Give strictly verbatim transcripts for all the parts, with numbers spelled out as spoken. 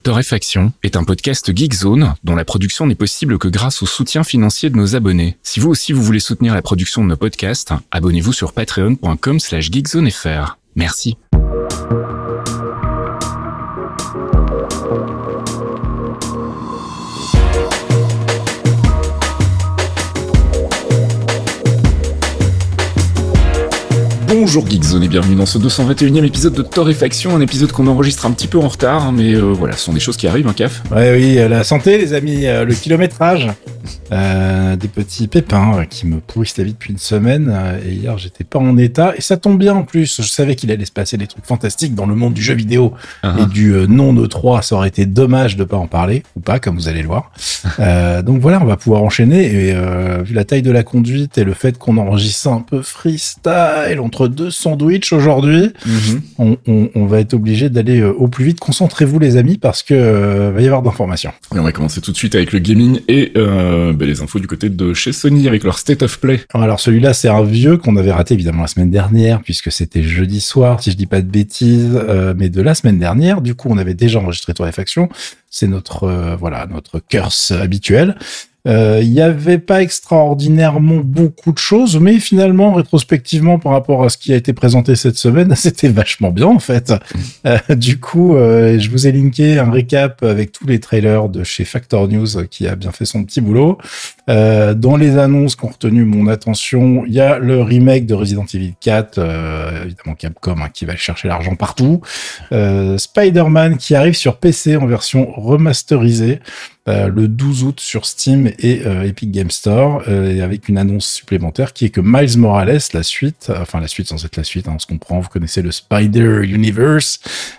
Torréfaction est un podcast Geekzone dont la production n'est possible que grâce au soutien financier de nos abonnés. Si vous aussi vous voulez soutenir la production de nos podcasts, abonnez-vous sur patreon point com slash geekzonefr. Merci. Bonjour Geekzone et bienvenue dans ce deux cent vingt et unième épisode de Torréfaction, un épisode qu'on enregistre un petit peu en retard, hein, mais euh, voilà, ce sont des choses qui arrivent, hein, Caf. Ouais, oui, la santé les amis, euh, le kilométrage, euh, des petits pépins euh, qui me pourrissent la vie depuis une semaine, euh, et hier j'étais pas en état, et ça tombe bien en plus, je savais qu'il allait se passer des trucs fantastiques dans le monde du jeu vidéo, uh-huh. et du euh, non E trois, ça aurait été dommage de pas en parler, ou pas, comme vous allez le voir. euh, donc voilà, on va pouvoir enchaîner, et euh, vu la taille de la conduite et le fait qu'on enregistre un peu freestyle entre deux sandwichs aujourd'hui, mm-hmm. on, on, on va être obligé d'aller euh, au plus vite. Concentrez-vous les amis parce que euh, va y avoir d'informations. Et on va commencer tout de suite avec le gaming et euh, bah, les infos du côté de chez Sony avec leur State of Play. Alors celui-là c'est un vieux qu'on avait raté évidemment la semaine dernière puisque c'était jeudi soir si je dis pas de bêtises, euh, mais de la semaine dernière. Du coup on avait déjà enregistré Torréfaction. C'est notre euh, voilà notre curse habituel. Il euh, y avait pas extraordinairement beaucoup de choses, mais finalement, rétrospectivement, par rapport à ce qui a été présenté cette semaine, c'était vachement bien, en fait. Euh, du coup, euh, je vous ai linké un récap avec tous les trailers de chez Factor News, euh, qui a bien fait son petit boulot. Euh, dans les annonces qui ont retenu mon attention, il y a le remake de Resident Evil quatre, euh, évidemment Capcom, hein, qui va chercher l'argent partout. Euh, Spider-Man qui arrive sur P C en version remasterisée. Euh, le douze août sur Steam et euh, Epic Game Store, euh, et avec une annonce supplémentaire qui est que Miles Morales, la suite, enfin la suite sans être la suite, hein, on se comprend, vous connaissez le Spider Universe,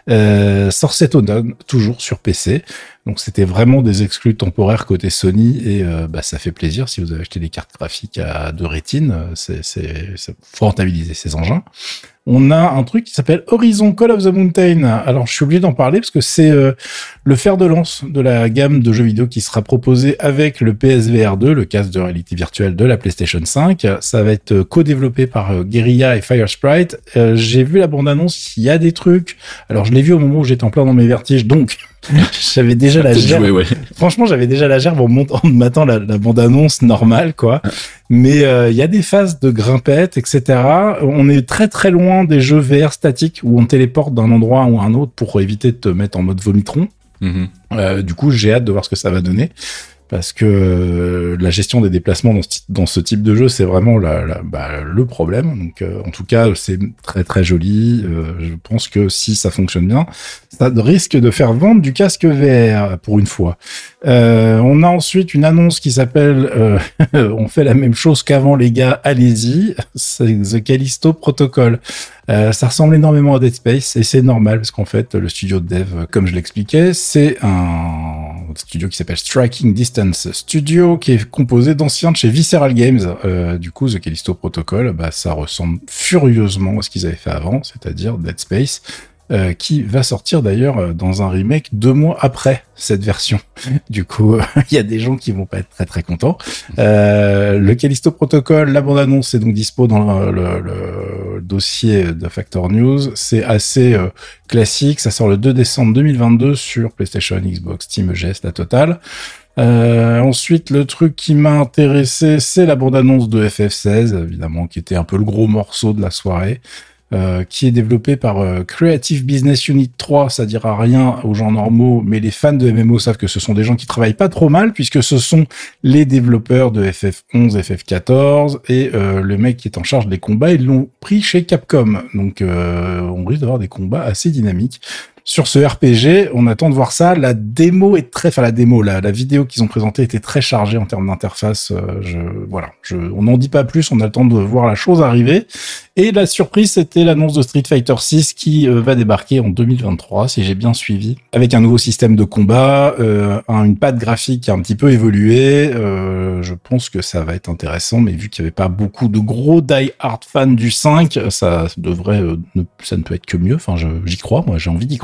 euh, sort cet automne, toujours sur P C. Donc c'était vraiment des exclus temporaires côté Sony et euh, bah ça fait plaisir si vous avez acheté des cartes graphiques à deux rétines, c'est c'est c'est faut rentabiliser ces engins. On a un truc qui s'appelle Horizon Call of the Mountain. Alors je suis obligé d'en parler parce que c'est euh, le fer de lance de la gamme de jeux vidéo qui sera proposé avec le P S V R deux, le casque de réalité virtuelle de la PlayStation cinq. Ça va être co-développé par euh, Guerrilla et Firesprite. Euh, j'ai vu la bande-annonce, il y a des trucs. Alors je l'ai vu au moment où j'étais en plein dans mes vertiges, donc j'avais déjà la gerbe. Joué, ouais. Franchement, j'avais déjà la gerbe en montant, en matant la, la bande-annonce normale, quoi. Mais il euh, y a des phases de grimpette, et cetera. On est très très loin des jeux V R statiques où on téléporte d'un endroit ou à un autre pour éviter de te mettre en mode vomitron. Mm-hmm. Euh, du coup, j'ai hâte de voir ce que ça va donner. Parce que euh, la gestion des déplacements dans ce, dans ce type de jeu, c'est vraiment la, la, bah, le problème. Donc, euh, en tout cas, c'est très très joli. Euh, je pense que si ça fonctionne bien, ça risque de faire vendre du casque V R pour une fois. Euh, on a ensuite une annonce qui s'appelle euh, « On fait la même chose qu'avant les gars, allez-y ». C'est The Callisto Protocol. Euh, ça ressemble énormément à Dead Space et c'est normal parce qu'en fait le studio de dev, comme je l'expliquais, c'est un studio qui s'appelle Striking Distance Studio qui est composé d'anciens de chez Visceral Games. Euh, du coup, The Callisto Protocol, bah, ça ressemble furieusement à ce qu'ils avaient fait avant, c'est-à-dire Dead Space. Euh, qui va sortir d'ailleurs dans un remake deux mois après cette version. Du coup, il y a des gens qui vont pas être très très contents. Euh, le Callisto Protocol, la bande-annonce est donc dispo dans le, le, le dossier de Factor News. C'est assez euh, classique. Ça sort le deux décembre deux mille vingt-deux sur PlayStation, Xbox, Steam, E G S, la totale. Euh, ensuite, le truc qui m'a intéressé, c'est la bande-annonce de F F seize, évidemment, qui était un peu le gros morceau de la soirée. Euh, qui est développé par euh, Creative Business Unit trois, ça dira rien aux gens normaux, mais les fans de M M O savent que ce sont des gens qui travaillent pas trop mal, puisque ce sont les développeurs de F F onze, F F quatorze, et euh, le mec qui est en charge des combats, ils l'ont pris chez Capcom. Donc euh, on risque d'avoir des combats assez dynamiques. Sur ce R P G, on attend de voir ça. La démo est très, enfin la démo, la, la vidéo qu'ils ont présentée était très chargée en termes d'interface. Euh, je, voilà, je, on n'en dit pas plus. On a le temps de voir la chose arriver. Et la surprise, c'était l'annonce de Street Fighter six qui euh, va débarquer en deux mille vingt-trois, si j'ai bien suivi, avec un nouveau système de combat, euh, un, une patte graphique qui a un petit peu évolué. Euh, je pense que ça va être intéressant, mais vu qu'il n'y avait pas beaucoup de gros die-hard fans du cinq, ça devrait, euh, ne, ça ne peut être que mieux. Enfin, je, j'y crois. Moi, j'ai envie d'y croire.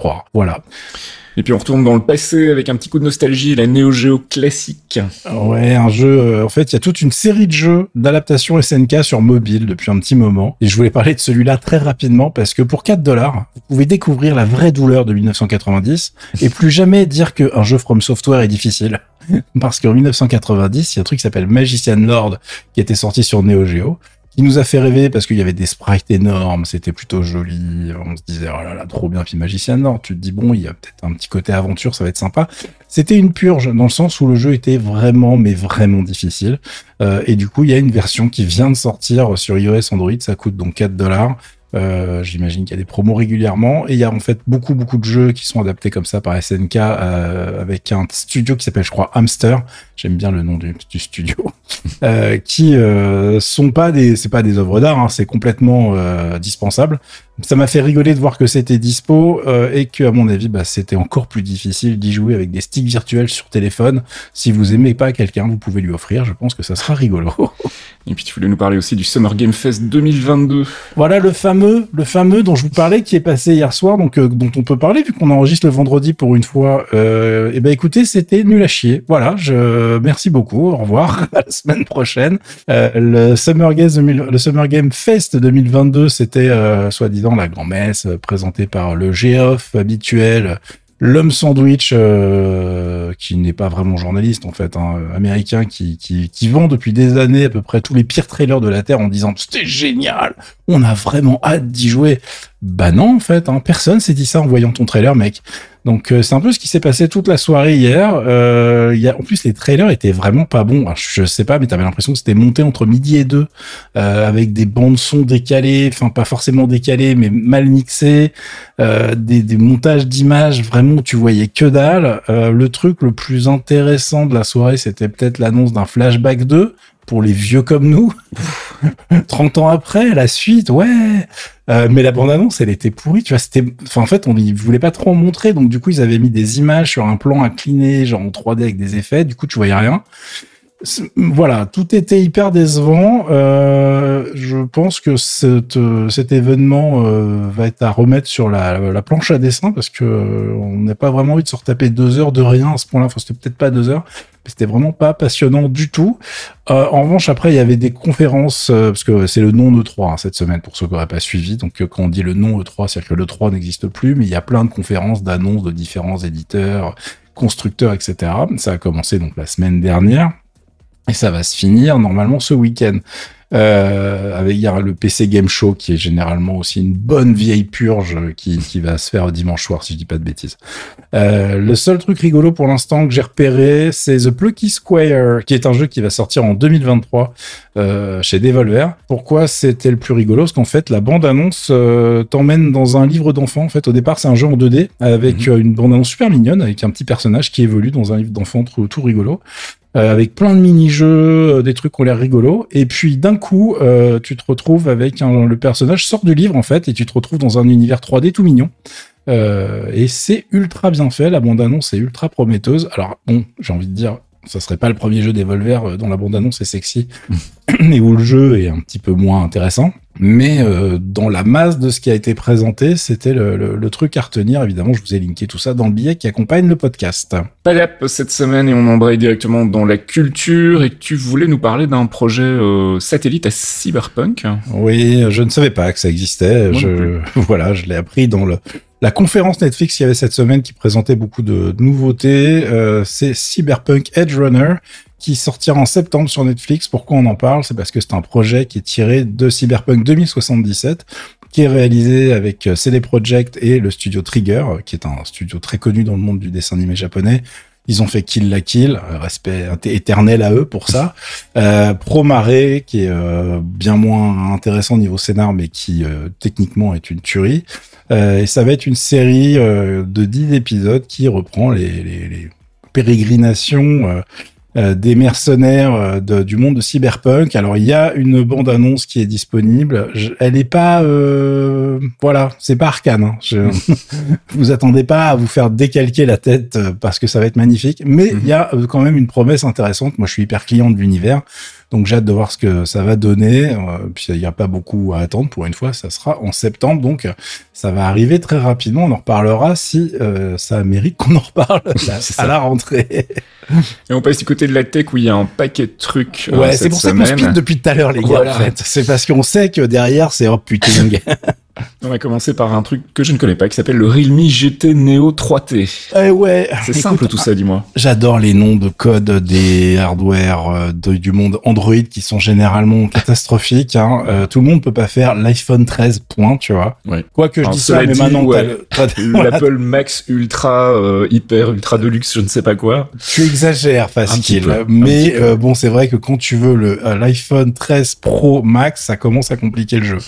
croire. Voilà. Et puis on retourne dans le passé avec un petit coup de nostalgie, la Neo Geo classique. Ouais, un jeu, euh, en fait, il y a toute une série de jeux d'adaptation S N K sur mobile depuis un petit moment. Et je voulais parler de celui-là très rapidement parce que pour quatre dollars, vous pouvez découvrir la vraie douleur de dix-neuf cent quatre-vingt-dix et plus jamais dire qu'un jeu From Software est difficile. Parce qu'en dix-neuf cent quatre-vingt-dix, il y a un truc qui s'appelle Magician Lord qui était sorti sur Neo Geo. Il nous a fait rêver parce qu'il y avait des sprites énormes, c'était plutôt joli, on se disait oh là là trop bien, puis Magician Lord, tu te dis bon il y a peut-être un petit côté aventure, ça va être sympa. C'était une purge dans le sens où le jeu était vraiment mais vraiment difficile euh, et du coup il y a une version qui vient de sortir sur iOS Android, ça coûte donc quatre dollars. Euh, j'imagine qu'il y a des promos régulièrement et il y a en fait beaucoup beaucoup de jeux qui sont adaptés comme ça par S N K euh, avec un studio qui s'appelle je crois Hamster, j'aime bien le nom du, du studio euh, qui euh, sont pas des c'est pas des œuvres d'art hein, c'est complètement euh, dispensable. Ça m'a fait rigoler de voir que c'était dispo euh, et que à mon avis bah c'était encore plus difficile d'y jouer avec des sticks virtuels sur téléphone. Si vous aimez pas quelqu'un, vous pouvez lui offrir, je pense que ça sera rigolo. Et puis tu voulais nous parler aussi du Summer Game Fest deux mille vingt-deux. Voilà le fameux, le fameux dont je vous parlais qui est passé hier soir, donc euh, dont on peut parler vu qu'on enregistre le vendredi pour une fois. Euh, et ben écoutez, c'était nul à chier. Voilà, je merci beaucoup. Au revoir, à la semaine prochaine. Euh, le Summer Game deux mille, le Summer Game Fest deux mille vingt-deux, c'était euh, soi-disant la grand-messe euh, présentée par le G-Off habituel. L'homme sandwich, euh, qui n'est pas vraiment journaliste en fait, hein, américain, qui, qui, qui vend depuis des années à peu près tous les pires trailers de la Terre en disant « C'était génial, on a vraiment hâte d'y jouer ». Bah non en fait, hein, personne s'est dit ça en voyant ton trailer mec. Donc euh, c'est un peu ce qui s'est passé toute la soirée hier. Euh, y a, en plus les trailers étaient vraiment pas bons. Alors, je sais pas, mais t'avais l'impression que c'était monté entre midi et deux, euh, avec des bandes son décalées, enfin pas forcément décalées, mais mal mixées, euh, des, des montages d'images vraiment où tu voyais que dalle. Euh, le truc le plus intéressant de la soirée, c'était peut-être l'annonce d'un Flashback deux pour les vieux comme nous. trente ans après, la suite, ouais. Euh, mais la bande-annonce, elle était pourrie, tu vois, c'était, enfin, en fait, on ne voulait pas trop en montrer, donc du coup, ils avaient mis des images sur un plan incliné, genre en trois D avec des effets, du coup, tu voyais rien. Voilà, tout était hyper décevant. Euh, je pense que cet, cet événement euh, va être à remettre sur la, la planche à dessin parce que euh, on n'a pas vraiment envie de se retaper deux heures de rien à ce point-là. Enfin, c'était peut-être pas deux heures, mais c'était vraiment pas passionnant du tout. Euh, en revanche, après, il y avait des conférences euh, parce que c'est le non E trois hein, cette semaine pour ceux qui n'auraient pas suivi. Donc, euh, quand on dit le non E trois, c'est-à-dire que l'E trois n'existe plus, mais il y a plein de conférences, d'annonces de différents éditeurs, constructeurs, et cetera. Ça a commencé donc la semaine dernière. Et ça va se finir normalement ce week-end. Euh, avec il y a le P C Game Show qui est généralement aussi une bonne vieille purge qui, qui va se faire dimanche soir si je dis pas de bêtises. Euh, le seul truc rigolo pour l'instant que j'ai repéré, c'est The Plucky Square, qui est un jeu qui va sortir en deux mille vingt-trois euh, chez Devolver. Pourquoi c'était le plus rigolo? Parce qu'en fait la bande-annonce euh, t'emmène dans un livre d'enfant. En fait au départ c'est un jeu en deux D avec mmh. une bande-annonce super mignonne avec un petit personnage qui évolue dans un livre d'enfant tout, tout rigolo. Euh, avec plein de mini-jeux, euh, des trucs qui ont l'air rigolos, et puis d'un coup, euh, tu te retrouves avec un, le personnage sort du livre en fait, et tu te retrouves dans un univers trois D tout mignon. Euh, et c'est ultra bien fait, la bande-annonce est ultra prometteuse. Alors bon, j'ai envie de dire, ça serait pas le premier jeu Devolver dont la bande-annonce est sexy, et où le jeu est un petit peu moins intéressant. Mais euh, dans la masse de ce qui a été présenté, c'était le, le, le truc à retenir. Évidemment, je vous ai linké tout ça dans le billet qui accompagne le podcast. Palap cette semaine et on embraye directement dans la culture. Et tu voulais nous parler d'un projet euh, satellite à Cyberpunk. Oui, je ne savais pas que ça existait. Je, voilà, je l'ai appris dans le... La conférence Netflix qu'il y avait cette semaine qui présentait beaucoup de nouveautés, euh, c'est Cyberpunk Edge Runner qui sortira en septembre sur Netflix. Pourquoi on en parle? C'est parce que c'est un projet qui est tiré de Cyberpunk deux mille soixante-dix-sept, qui est réalisé avec C D Projekt et le studio Trigger, qui est un studio très connu dans le monde du dessin animé japonais. Ils ont fait Kill la Kill, respect éternel à eux pour ça. Euh, Promare, qui est euh, bien moins intéressant niveau scénar, mais qui euh, techniquement est une tuerie. Euh, et ça va être une série euh, de dix épisodes qui reprend les, les, les pérégrinations euh, euh, des mercenaires euh, de, du monde de Cyberpunk. Alors il y a une bande-annonce qui est disponible. Je, elle est pas, euh, voilà, c'est pas Arcane. Hein. Je, vous attendez pas à vous faire décalquer la tête euh, parce que ça va être magnifique. Mais il mm-hmm. y a euh, quand même une promesse intéressante. Moi, je suis hyper client de l'univers. Donc j'ai hâte de voir ce que ça va donner. Euh, puis il n'y a pas beaucoup à attendre pour une fois, ça sera en septembre, donc ça va arriver très rapidement. On en reparlera si euh, ça mérite qu'on en reparle là, à la rentrée. Et on passe du côté de la tech où il y a un paquet de trucs. Ouais, euh, c'est pour ça qu'on speed depuis tout à l'heure, les gars. Voilà. En fait, c'est parce qu'on sait que derrière c'est oh putain. On va commencer par un truc que je ne connais pas, qui s'appelle le Realme G T Neo trois T. Eh ouais. C'est simple Écoute, tout ça, dis-moi. J'adore les noms de code des hardware euh, de, du monde Android qui sont généralement catastrophiques. Hein. Euh, tout le monde peut pas faire l'iPhone treize, point, tu vois. Ouais. Quoi que je dis ça, mais dit, maintenant ouais, t'as le... t'as... l'Apple voilà. Max Ultra, euh, hyper, ultra deluxe, je ne sais pas quoi. Tu exagères, facile. Mais euh, bon, c'est vrai que quand tu veux le euh, l'iPhone treize Pro Max, ça commence à compliquer le jeu.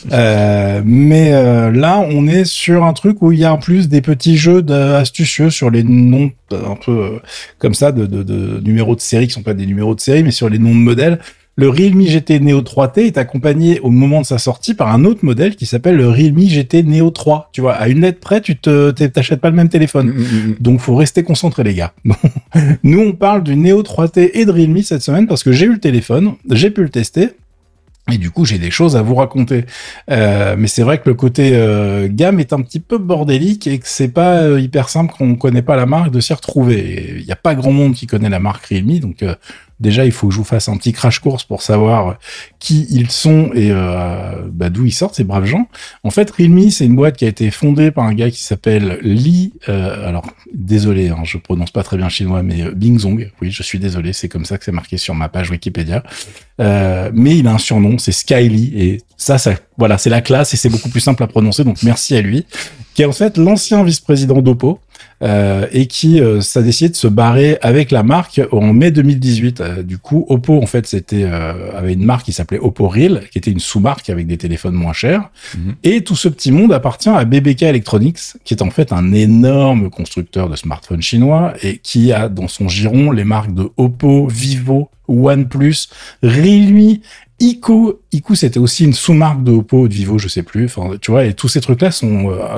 euh, mais euh, là, on est sur un truc où il y a en plus des petits jeux astucieux sur les noms un peu euh, comme ça de, de, de numéros de série qui sont pas des numéros de série, mais sur les noms de modèles. Le Realme G T Neo trois T est accompagné au moment de sa sortie par un autre modèle qui s'appelle le Realme G T Neo trois. Tu vois, à une lettre près, tu te t'achètes pas le même téléphone. Mmh. Donc, faut rester concentré, les gars. Nous, on parle du Neo trois T et de Realme cette semaine parce que j'ai eu le téléphone, j'ai pu le tester. Et du coup, j'ai des choses à vous raconter. Euh, mais c'est vrai que le côté euh, gamme est un petit peu bordélique et que c'est pas euh, hyper simple quand on connaît pas la marque de s'y retrouver. Il y a pas grand monde qui connaît la marque Realme, donc euh, déjà il faut que je vous fasse un petit crash course pour savoir qui ils sont et euh, bah, d'où ils sortent ces braves gens. En fait, Realme, c'est une boîte qui a été fondée par un gars qui s'appelle Li. Euh, alors désolé, hein, je prononce pas très bien chinois, mais euh, Bingzong. Oui, je suis désolé, c'est comme ça que c'est marqué sur ma page Wikipédia. Euh, mais il a un surnom, c'est Skyly, et ça, ça, voilà, c'est la classe et c'est beaucoup plus simple à prononcer, donc merci à lui, qui est en fait l'ancien vice-président d'Oppo, euh, et qui euh, ça a décidé de se barrer avec la marque en mai deux mille dix-huit. Euh, du coup, Oppo, en fait, c'était euh, avait une marque qui s'appelait Oppo Real, qui était une sous-marque avec des téléphones moins chers, mmh. Et tout ce petit monde appartient à B B K Electronics, qui est en fait un énorme constructeur de smartphones chinois et qui a dans son giron les marques de Oppo, Vivo, OnePlus, Realme, Ico. Ico, c'était aussi une sous-marque de Oppo ou de Vivo, je sais plus. Enfin, tu vois, et tous ces trucs-là sont euh,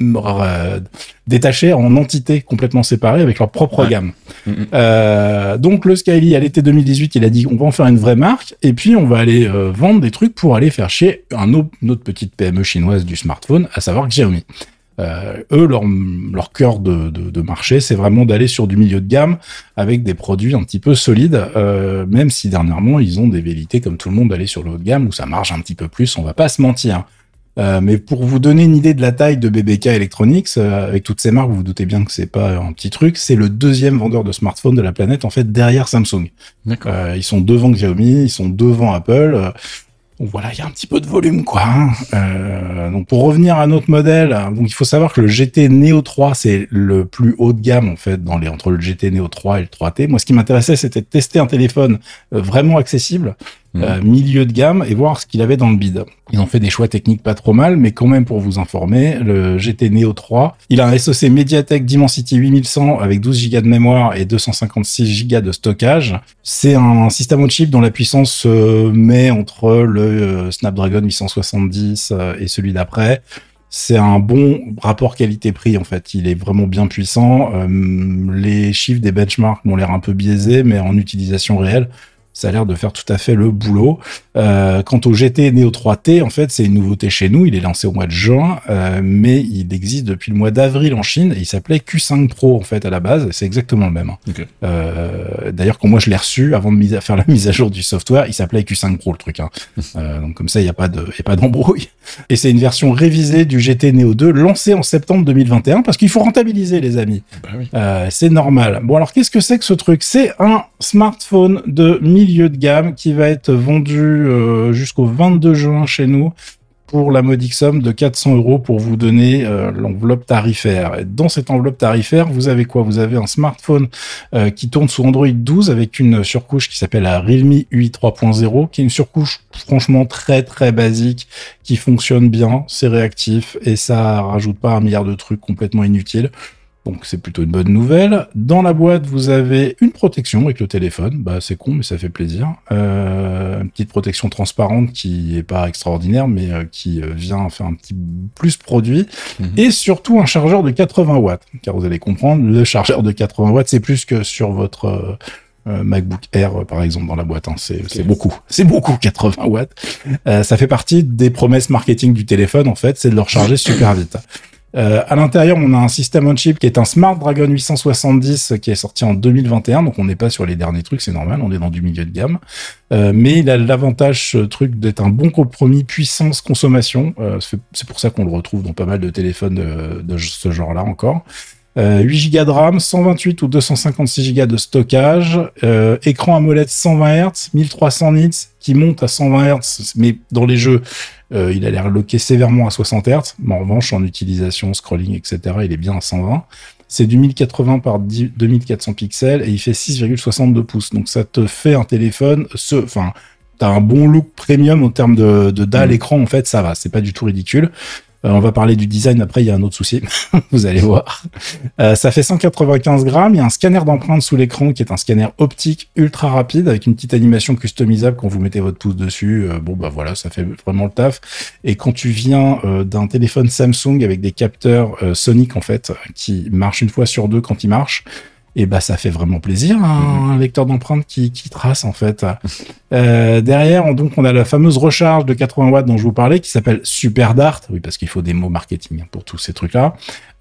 euh, détachés en entités complètement séparées avec leur propre ouais. gamme. Mm-hmm. Euh, donc, le Skyly, à l'été deux mille dix-huit, il a dit on va en faire une vraie marque et puis on va aller euh, vendre des trucs pour aller faire chier un autre, une autre petite P M E chinoise du smartphone, à savoir Xiaomi. Euh, eux, leur, leur cœur de, de, de marché, c'est vraiment d'aller sur du milieu de gamme avec des produits un petit peu solides, euh, même si dernièrement, ils ont des velléités, comme tout le monde, d'aller sur le haut de gamme où ça marche un petit peu plus, on va pas se mentir. Euh, mais pour vous donner une idée de la taille de B B K Electronics, euh, avec toutes ces marques, vous vous doutez bien que c'est pas un petit truc, c'est le deuxième vendeur de smartphones de la planète, en fait, derrière Samsung. D'accord. Euh, ils sont devant Xiaomi, ils sont devant Apple. Euh, Donc voilà, il y a un petit peu de volume, quoi. Hein. Euh, donc pour revenir à notre modèle, donc il faut savoir que le G T Neo trois, c'est le plus haut de gamme en fait dans les entre le G T Neo trois et le trois T. Moi, ce qui m'intéressait, c'était de tester un téléphone euh, vraiment accessible, mmh. euh, milieu de gamme, et voir ce qu'il avait dans le bide. Ils ont fait des choix techniques pas trop mal, mais quand même pour vous informer, le G T Neo trois, il a un S O C MediaTek Dimensity huit mille cent avec douze gigas de mémoire et deux cent cinquante-six gigas de stockage. C'est un système on chip dont la puissance se euh, met entre le euh, Snapdragon huit cent soixante-dix euh, et celui d'après. C'est un bon rapport qualité-prix, en fait. Il est vraiment bien puissant. Euh, les chiffres des benchmarks m'ont l'air un peu biaisés, mais en utilisation réelle, ça a l'air de faire tout à fait le boulot. Euh, quant au G T Neo trois T, en fait, c'est une nouveauté chez nous. Il est lancé au mois de juin, euh, mais il existe depuis le mois d'avril en Chine et il s'appelait Q cinq Pro, en fait, à la base. C'est exactement le même. Hein. Okay. Euh, d'ailleurs, quand moi je l'ai reçu, avant de mise à faire la mise à jour du software, il s'appelait Q cinq Pro, le truc. Hein. euh, donc comme ça, il n'y a pas de, il y a pas d'embrouille. Et c'est une version révisée du G T Neo deux, lancée en septembre deux mille vingt et un, parce qu'il faut rentabiliser, les amis. Bah oui. euh, c'est normal. Bon, alors qu'est-ce que c'est que ce truc ? C'est un smartphone de milieu de gamme qui va être vendu euh, jusqu'au vingt-deux juin chez nous pour la modique somme de quatre cents euros pour vous donner euh, l'enveloppe tarifaire. Et dans cette enveloppe tarifaire, vous avez quoi ? Vous avez un smartphone euh, qui tourne sous Android douze avec une surcouche qui s'appelle la Realme U I trois point zéro, qui est une surcouche franchement très très basique, qui fonctionne bien, c'est réactif et ça rajoute pas un milliard de trucs complètement inutiles. Donc c'est plutôt une bonne nouvelle. Dans la boîte, vous avez une protection avec le téléphone. Bah c'est con, mais ça fait plaisir. Euh, une petite protection transparente qui est pas extraordinaire, mais euh, qui euh, vient faire un petit plus produit. Mmh. Et surtout un chargeur de quatre-vingts watts. Car vous allez comprendre, le chargeur de quatre-vingts watts, c'est plus que sur votre... Euh, euh, MacBook Air, euh, par exemple, dans la boîte. Hein. C'est, okay. c'est beaucoup. C'est beaucoup, quatre-vingts watts. Euh, ça fait partie des promesses marketing du téléphone, en fait, c'est de le recharger super vite. Euh, à l'intérieur, on a un système on chip qui est un Snapdragon huit cent soixante-dix qui est sorti en deux mille vingt et un, donc on n'est pas sur les derniers trucs, c'est normal, on est dans du milieu de gamme. Euh, mais il a l'avantage, ce truc, d'être un bon compromis puissance-consommation. Euh, c'est pour ça qu'on le retrouve dans pas mal de téléphones de, de ce genre-là encore. Euh, huit gigas de RAM, cent vingt-huit ou deux cent cinquante-six gigas de stockage, euh, écran AMOLED cent vingt hertz, mille trois cents nits qui monte à cent vingt hertz, mais dans les jeux, euh, il a l'air loqué sévèrement à soixante hertz, mais en revanche, en utilisation, scrolling, et cetera, il est bien à cent vingt. C'est du mille quatre-vingts par deux mille quatre cents pixels et il fait six virgule soixante-deux pouces. Donc ça te fait un téléphone, ce, enfin, t'as un bon look premium en termes de, de dalle, mmh. écran, en fait, ça va, c'est pas du tout ridicule. Euh, on va parler du design après, il y a un autre souci, vous allez voir. Euh, ça fait cent quatre-vingt-quinze grammes, il y a un scanner d'empreinte sous l'écran qui est un scanner optique ultra rapide avec une petite animation customisable quand vous mettez votre pouce dessus. Euh, bon bah voilà, ça fait vraiment le taf. Et quand tu viens euh, d'un téléphone Samsung avec des capteurs euh, soniques en fait, qui marchent une fois sur deux quand ils marchent, et bah ça fait vraiment plaisir, hein, un lecteur d'empreintes qui, qui trace en fait. Euh, derrière, on, donc on a la fameuse recharge de quatre-vingts watts dont je vous parlais, qui s'appelle SuperDart, oui parce qu'il faut des mots marketing pour tous ces trucs-là.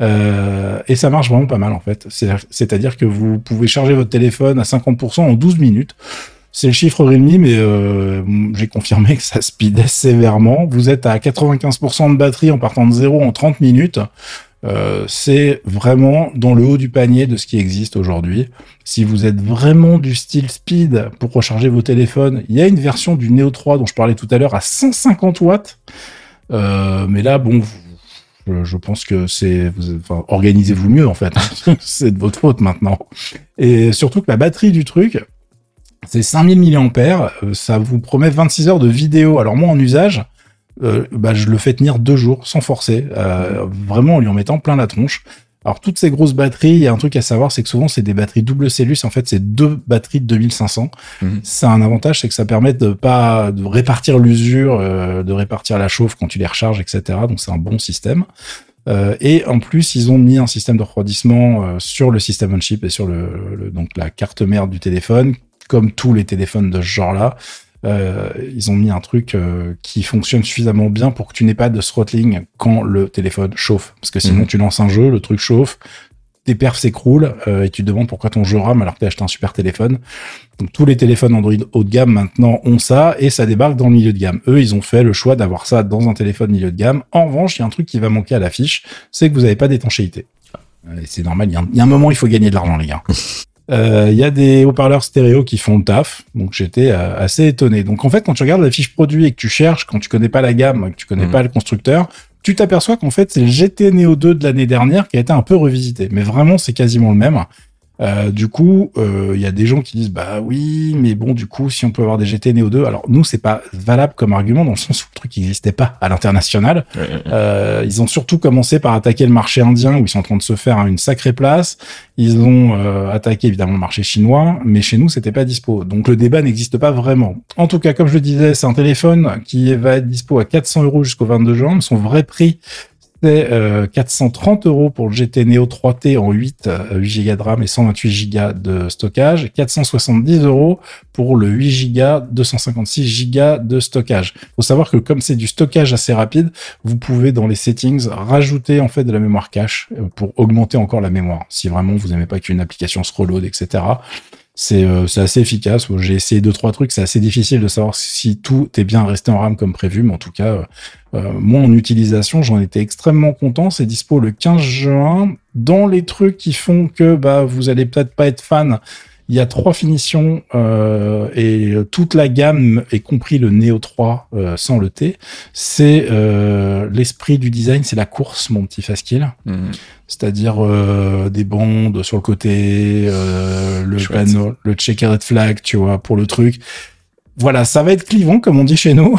Euh, et ça marche vraiment pas mal en fait. C'est, c'est-à-dire que vous pouvez charger votre téléphone à cinquante pour cent en douze minutes. C'est le chiffre Realme, mais euh, j'ai confirmé que ça speedait sévèrement. Vous êtes à quatre-vingt-quinze pour cent de batterie en partant de zéro en trente minutes. Euh, c'est vraiment dans le haut du panier de ce qui existe aujourd'hui. Si vous êtes vraiment du style speed pour recharger vos téléphones, il y a une version du Neo trois dont je parlais tout à l'heure à cent cinquante watts. Euh, mais là, bon, je, je pense que c'est... Vous, enfin, organisez-vous mieux, en fait. C'est de votre faute maintenant. Et surtout que la batterie du truc, c'est cinq mille milliampères. Ça vous promet vingt-six heures de vidéo. Alors moi, en usage... Euh, bah, je le fais tenir deux jours sans forcer, euh, vraiment en lui en mettant plein la tronche. Alors toutes ces grosses batteries, il y a un truc à savoir, c'est que souvent c'est des batteries double cellus, en fait c'est deux batteries de deux mille cinq cents. Mmh. Ça a un avantage, c'est que ça permet de pas de répartir l'usure, euh, de répartir la chauffe quand tu les recharges, et cetera. Donc c'est un bon système. Euh, et en plus, ils ont mis un système de refroidissement euh, sur le système on chip et sur le, le donc la carte mère du téléphone, comme tous les téléphones de ce genre-là. Euh, ils ont mis un truc euh, qui fonctionne suffisamment bien pour que tu n'aies pas de throttling quand le téléphone chauffe. Parce que sinon, mmh. tu lances un jeu, le truc chauffe, tes perfs s'écroulent euh, et tu te demandes pourquoi ton jeu rame alors que tu as acheté un super téléphone. Donc tous les téléphones Android haut de gamme maintenant ont ça et ça débarque dans le milieu de gamme. Eux, ils ont fait le choix d'avoir ça dans un téléphone milieu de gamme. En revanche, il y a un truc qui va manquer à l'affiche, c'est que vous n'avez pas d'étanchéité. Et c'est normal, il y, a un, il y a un moment, il faut gagner de l'argent, les gars. Il euh, y a des haut-parleurs stéréo qui font le taf, donc j'étais euh, assez étonné. Donc en fait, quand tu regardes la fiche produit et que tu cherches, quand tu connais pas la gamme, que tu connais mmh. pas le constructeur, tu t'aperçois qu'en fait c'est le G T Neo deux de l'année dernière qui a été un peu revisité. Mais vraiment, c'est quasiment le même. Euh, du coup, il euh, y a des gens qui disent bah oui, mais bon, du coup, si on peut avoir des G T Neo deux, alors nous, c'est pas valable comme argument dans le sens où le truc n'existait pas à l'international. Ouais, ouais. Euh, ils ont surtout commencé par attaquer le marché indien où ils sont en train de se faire hein, une sacrée place. Ils ont euh, attaqué évidemment le marché chinois, mais chez nous, c'était pas dispo. Donc le débat n'existe pas vraiment. En tout cas, comme je le disais, c'est un téléphone qui va être dispo à quatre cents euros jusqu'au vingt-deux juin. Son vrai prix, c'est euh, quatre cent trente euros pour le G T Neo trois T en huit, euh, huit gigas de RAM et cent vingt-huit gigas de stockage, et quatre cent soixante-dix euros pour le huit gigas, deux cent cinquante-six gigas de stockage. Faut savoir que comme c'est du stockage assez rapide, vous pouvez dans les settings rajouter en fait de la mémoire cache pour augmenter encore la mémoire. Si vraiment vous aimez pas qu'une application scrollload, et cetera. C'est, euh, c'est assez efficace. J'ai essayé deux, trois trucs. C'est assez difficile de savoir si tout est bien resté en RAM comme prévu. Mais en tout cas, euh, euh, moi, en utilisation, j'en étais extrêmement content. C'est dispo le quinze juin. Dans les trucs qui font que bah vous allez peut-être pas être fan, il y a trois finitions euh, et toute la gamme, y compris le Neo trois euh, sans le T. C'est euh, l'esprit du design, c'est la course, mon petit Faskill. Mmh. C'est-à-dire euh, des bandes sur le côté, euh, le Chouette. panneau, le checkered flag, tu vois, pour le truc. Voilà, ça va être clivant, comme on dit chez nous.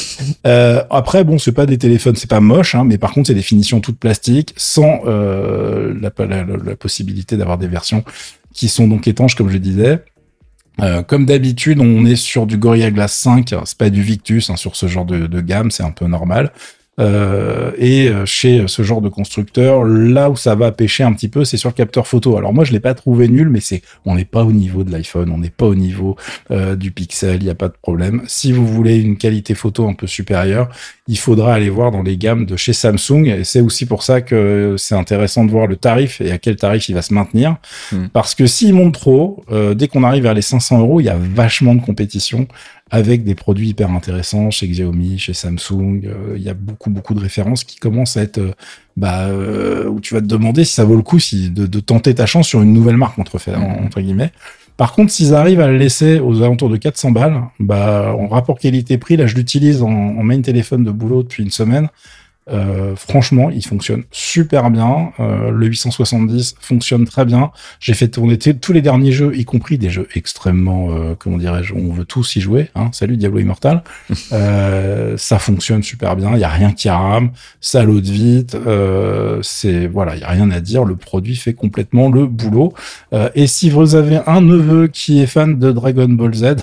euh, après, bon, c'est pas des téléphones, c'est pas moche, hein, mais par contre, c'est des finitions toutes plastiques, sans euh, la, la, la, la possibilité d'avoir des versions qui sont donc étanches, comme je disais. Euh, comme d'habitude, on est sur du Gorilla Glass cinq, c'est pas du Victus hein, sur ce genre de, de gamme, c'est un peu normal. Euh, et chez ce genre de constructeur, là où ça va pêcher un petit peu, c'est sur le capteur photo. Alors moi, je l'ai pas trouvé nul, mais c'est, on n'est pas au niveau de l'iPhone, on n'est pas au niveau euh, du Pixel, il n'y a pas de problème. Si vous voulez une qualité photo un peu supérieure, il faudra aller voir dans les gammes de chez Samsung. Et c'est aussi pour ça que c'est intéressant de voir le tarif et à quel tarif il va se maintenir. Mmh. Parce que s'il monte trop, euh, dès qu'on arrive vers les cinq cents euros, il y a vachement de compétition avec des produits hyper intéressants chez Xiaomi, chez Samsung. Euh, il y a beaucoup, beaucoup de références qui commencent à être, euh, bah, euh, où tu vas te demander si ça vaut le coup si, de, de tenter ta chance sur une nouvelle marque, entre, mmh. entre guillemets. Par contre, s'ils arrivent à le laisser aux alentours de quatre cents balles, bah, en rapport qualité-prix, là, je l'utilise en, en main téléphone de boulot depuis une semaine. Euh, franchement, il fonctionne super bien. Euh, le huit cent soixante-dix fonctionne très bien. J'ai fait tourner t- tous les derniers jeux, y compris des jeux extrêmement, euh, comment dirais-je, on veut tous y jouer. Hein. Salut Diablo Immortal. euh, ça fonctionne super bien. Il y a rien qui rame. Ça load vite. Euh, c'est voilà, il y a rien à dire. Le produit fait complètement le boulot. Euh, et si vous avez un neveu qui est fan de Dragon Ball Z,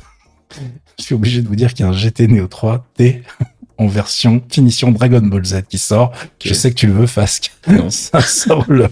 je suis obligé de vous dire qu'il y a un G T Neo trois T. En version finition Dragon Ball Z qui sort. Okay. Je sais que tu le veux, Fasque. Non. Ça sort le,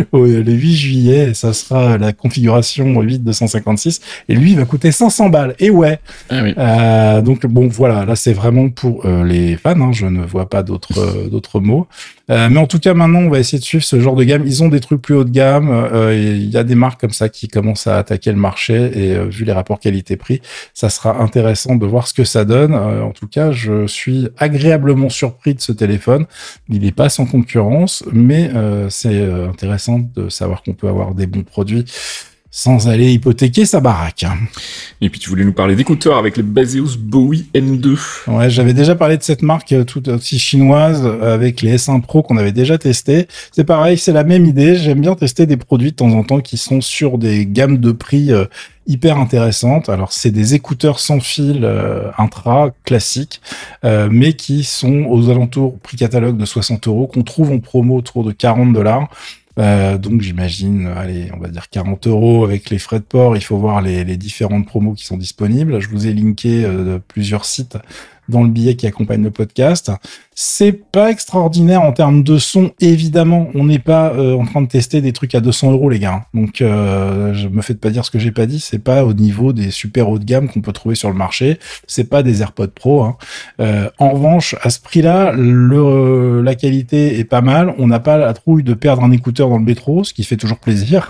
le huit juillet et ça sera la configuration huit deux cent cinquante-six et lui il va coûter cinq cents balles. Et ouais. Ah oui. Euh, donc bon voilà, là c'est vraiment pour euh, les fans. Hein, je ne vois pas d'autres euh, d'autres mots. Euh, mais en tout cas maintenant on va essayer de suivre ce genre de gamme. Ils ont des trucs plus haut de gamme. Euh, il y a des marques comme ça qui commencent à attaquer le marché et euh, vu les rapports qualité-prix, ça sera intéressant de voir ce que ça donne. Euh, en tout cas, je suis agréablement surpris de ce téléphone. Il n'est pas sans concurrence, mais euh, c'est euh, intéressant de savoir qu'on peut avoir des bons produits sans aller hypothéquer sa baraque. Et puis tu voulais nous parler d'écouteurs avec le Baseus Bowie M deux. Ouais, j'avais déjà parlé de cette marque tout aussi chinoise avec les S un Pro qu'on avait déjà testé. C'est pareil, c'est la même idée. J'aime bien tester des produits de temps en temps qui sont sur des gammes de prix euh, hyper intéressantes. Alors c'est des écouteurs sans fil euh, intra classiques, euh, mais qui sont aux alentours prix catalogue de soixante euros qu'on trouve en promo autour de quarante dollars. Euh, donc j'imagine, allez, on va dire quarante euros avec les frais de port. Il faut voir les, les différentes promos qui sont disponibles. Je vous ai linké euh, plusieurs sites dans le billet qui accompagne le podcast. C'est pas extraordinaire en termes de son, évidemment. On n'est pas euh, en train de tester des trucs à deux cents euros, les gars. Donc, euh, je me fais pas dire ce que j'ai pas dit. C'est pas au niveau des super haut de gamme qu'on peut trouver sur le marché. C'est pas des AirPods Pro. Hein. Euh, en revanche, à ce prix-là, le, la qualité est pas mal. On n'a pas la trouille de perdre un écouteur dans le métro, ce qui fait toujours plaisir.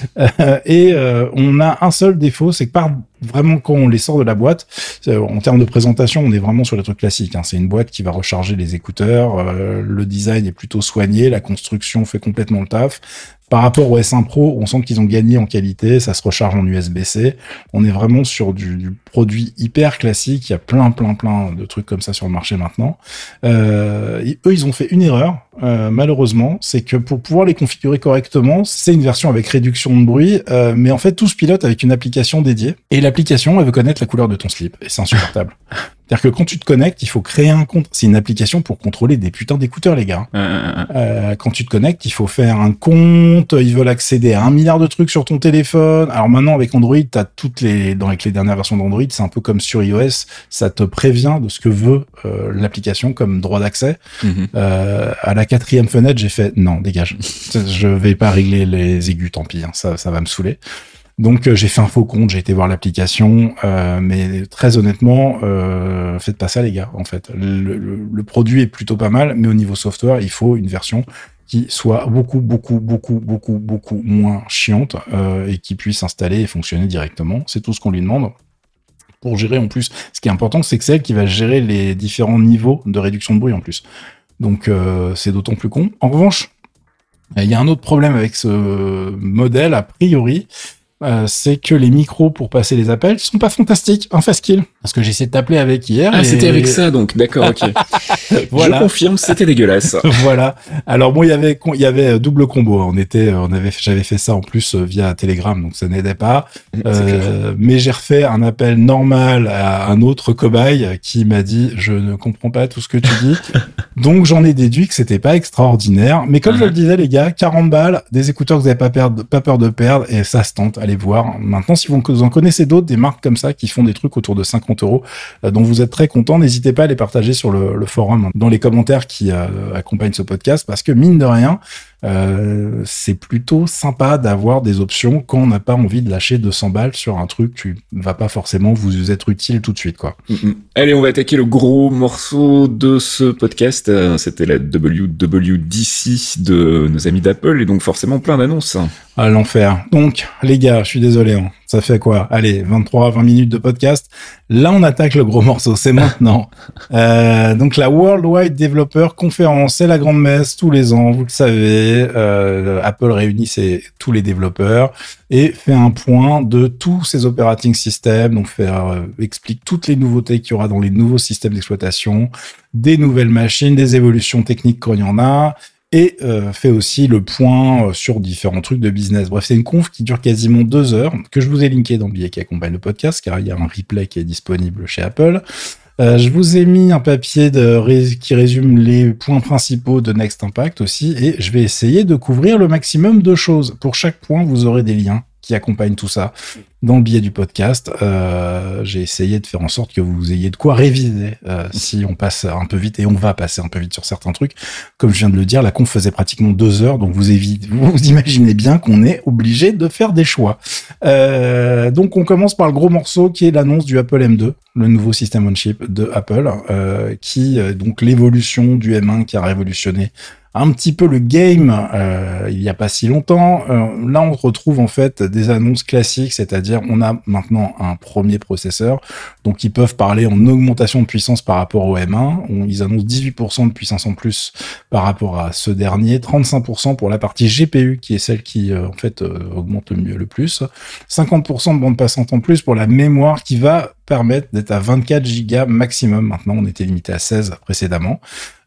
Et euh, on a un seul défaut, c'est que par vraiment quand on les sort de la boîte, en termes de présentation, on est vraiment sur les trucs classiques. Hein. C'est une boîte qui va recharger les écouteurs. Euh, le design est plutôt soigné, la construction fait complètement le taf. Par rapport au S un Pro, on sent qu'ils ont gagné en qualité, ça se recharge en U S B C. On est vraiment sur du, du produit hyper classique. Il y a plein, plein, plein de trucs comme ça sur le marché maintenant. Euh, eux, ils ont fait une erreur, euh, malheureusement, c'est que pour pouvoir les configurer correctement, c'est une version avec réduction de bruit, euh, mais en fait, tout se pilote avec une application dédiée. Et l'application, elle veut connaître la couleur de ton slip. Et c'est insupportable. C'est-à-dire que quand tu te connectes, il faut créer un compte. C'est une application pour contrôler des putains d'écouteurs, les gars. Euh, euh, quand tu te connectes, il faut faire un compte. Ils veulent accéder à un milliard de trucs sur ton téléphone. Alors maintenant, avec Android, t'as toutes les, dans avec les dernières versions d'Android, c'est un peu comme sur iOS. Ça te prévient de ce que veut euh, l'application comme droit d'accès. Mm-hmm. Euh, à la quatrième fenêtre, j'ai fait non, dégage. Je vais pas régler les aigus, tant pis. Hein, ça, ça va me saouler. Donc euh, j'ai fait un faux compte, j'ai été voir l'application, euh, mais très honnêtement, euh, faites pas ça les gars. En fait, le, le, le produit est plutôt pas mal, mais au niveau software, il faut une version qui soit beaucoup, beaucoup, beaucoup, beaucoup, beaucoup moins chiante euh, et qui puisse s'installer et fonctionner directement. C'est tout ce qu'on lui demande. Pour gérer en plus, ce qui est important, c'est que c'est elle qui va gérer les différents niveaux de réduction de bruit en plus. Donc euh, c'est d'autant plus con. En revanche, il y a un autre problème avec ce modèle a priori. Euh, c'est que les micros pour passer les appels sont pas fantastiques, un fast-kill. Parce que j'ai essayé de t'appeler avec hier. Ah, et... c'était avec ça, donc, d'accord, ok. Voilà. Je confirme, c'était dégueulasse. Voilà. Alors bon, il y avait, il y avait double combo. On était, on avait, j'avais fait ça en plus via Telegram, donc ça n'aidait pas. Euh, mais j'ai refait un appel normal à un autre cobaye qui m'a dit, je ne comprends pas tout ce que tu dis. Donc j'en ai déduit que c'était pas extraordinaire. Mais comme uh-huh. je le disais, les gars, quarante balles, des écouteurs que vous n'avez pas, perdre, pas peur de perdre, et ça se tente. Allez, allez voir. Maintenant, si vous en connaissez d'autres, des marques comme ça qui font des trucs autour de cinquante euros, euh, dont vous êtes très content, n'hésitez pas à les partager sur le, le forum, dans les commentaires qui euh, accompagnent ce podcast, parce que mine de rien, euh, c'est plutôt sympa d'avoir des options quand on n'a pas envie de lâcher deux cents balles sur un truc qui va pas forcément vous être utile tout de suite, quoi. Mm-hmm. Allez, on va attaquer le gros morceau de ce podcast. C'était la W W D C de nos amis d'Apple, et donc forcément plein d'annonces. À l'enfer. Donc, les gars, je suis désolé, hein. Ça fait quoi? Allez, vingt-trois à vingt minutes de podcast. Là, on attaque le gros morceau. C'est maintenant. euh, donc, la Worldwide Developer Conference, c'est la grande messe tous les ans, vous le savez. Euh, Apple réunit ses, tous les développeurs et fait un point de tous ses operating systems. Donc, faire, euh, explique toutes les nouveautés qu'il y aura dans les nouveaux systèmes d'exploitation, des nouvelles machines, des évolutions techniques quand il y en a. Et euh, fait aussi le point euh, sur différents trucs de business. Bref, c'est une conf qui dure quasiment deux heures, que je vous ai linké dans le billet qui accompagne le podcast, car il y a un replay qui est disponible chez Apple. Euh, je vous ai mis un papier de ré- qui résume les points principaux de Next Impact aussi, et je vais essayer de couvrir le maximum de choses. Pour chaque point, vous aurez des liens qui accompagnent tout ça dans le billet du podcast. Euh, j'ai essayé de faire en sorte que vous ayez de quoi réviser euh, si on passe un peu vite, et on va passer un peu vite sur certains trucs. Comme je viens de le dire, la conf faisait pratiquement deux heures, donc vous, évitez, vous imaginez bien qu'on est obligé de faire des choix. Euh, donc on commence par le gros morceau qui est l'annonce du Apple M deux, le nouveau système on chip de Apple, euh, qui donc l'évolution du M un qui a révolutionné un petit peu le game euh, il y a pas si longtemps. Euh, là, on retrouve en fait des annonces classiques, c'est-à-dire on a maintenant un premier processeur, donc ils peuvent parler en augmentation de puissance par rapport au M un. On, ils annoncent dix-huit pour cent de puissance en plus par rapport à ce dernier, trente-cinq pour cent pour la partie G P U qui est celle qui euh, en fait euh, augmente le mieux le plus, cinquante pour cent de bande passante en plus pour la mémoire qui va permettre d'être à vingt-quatre gigas maximum. Maintenant, on était limité à seize précédemment.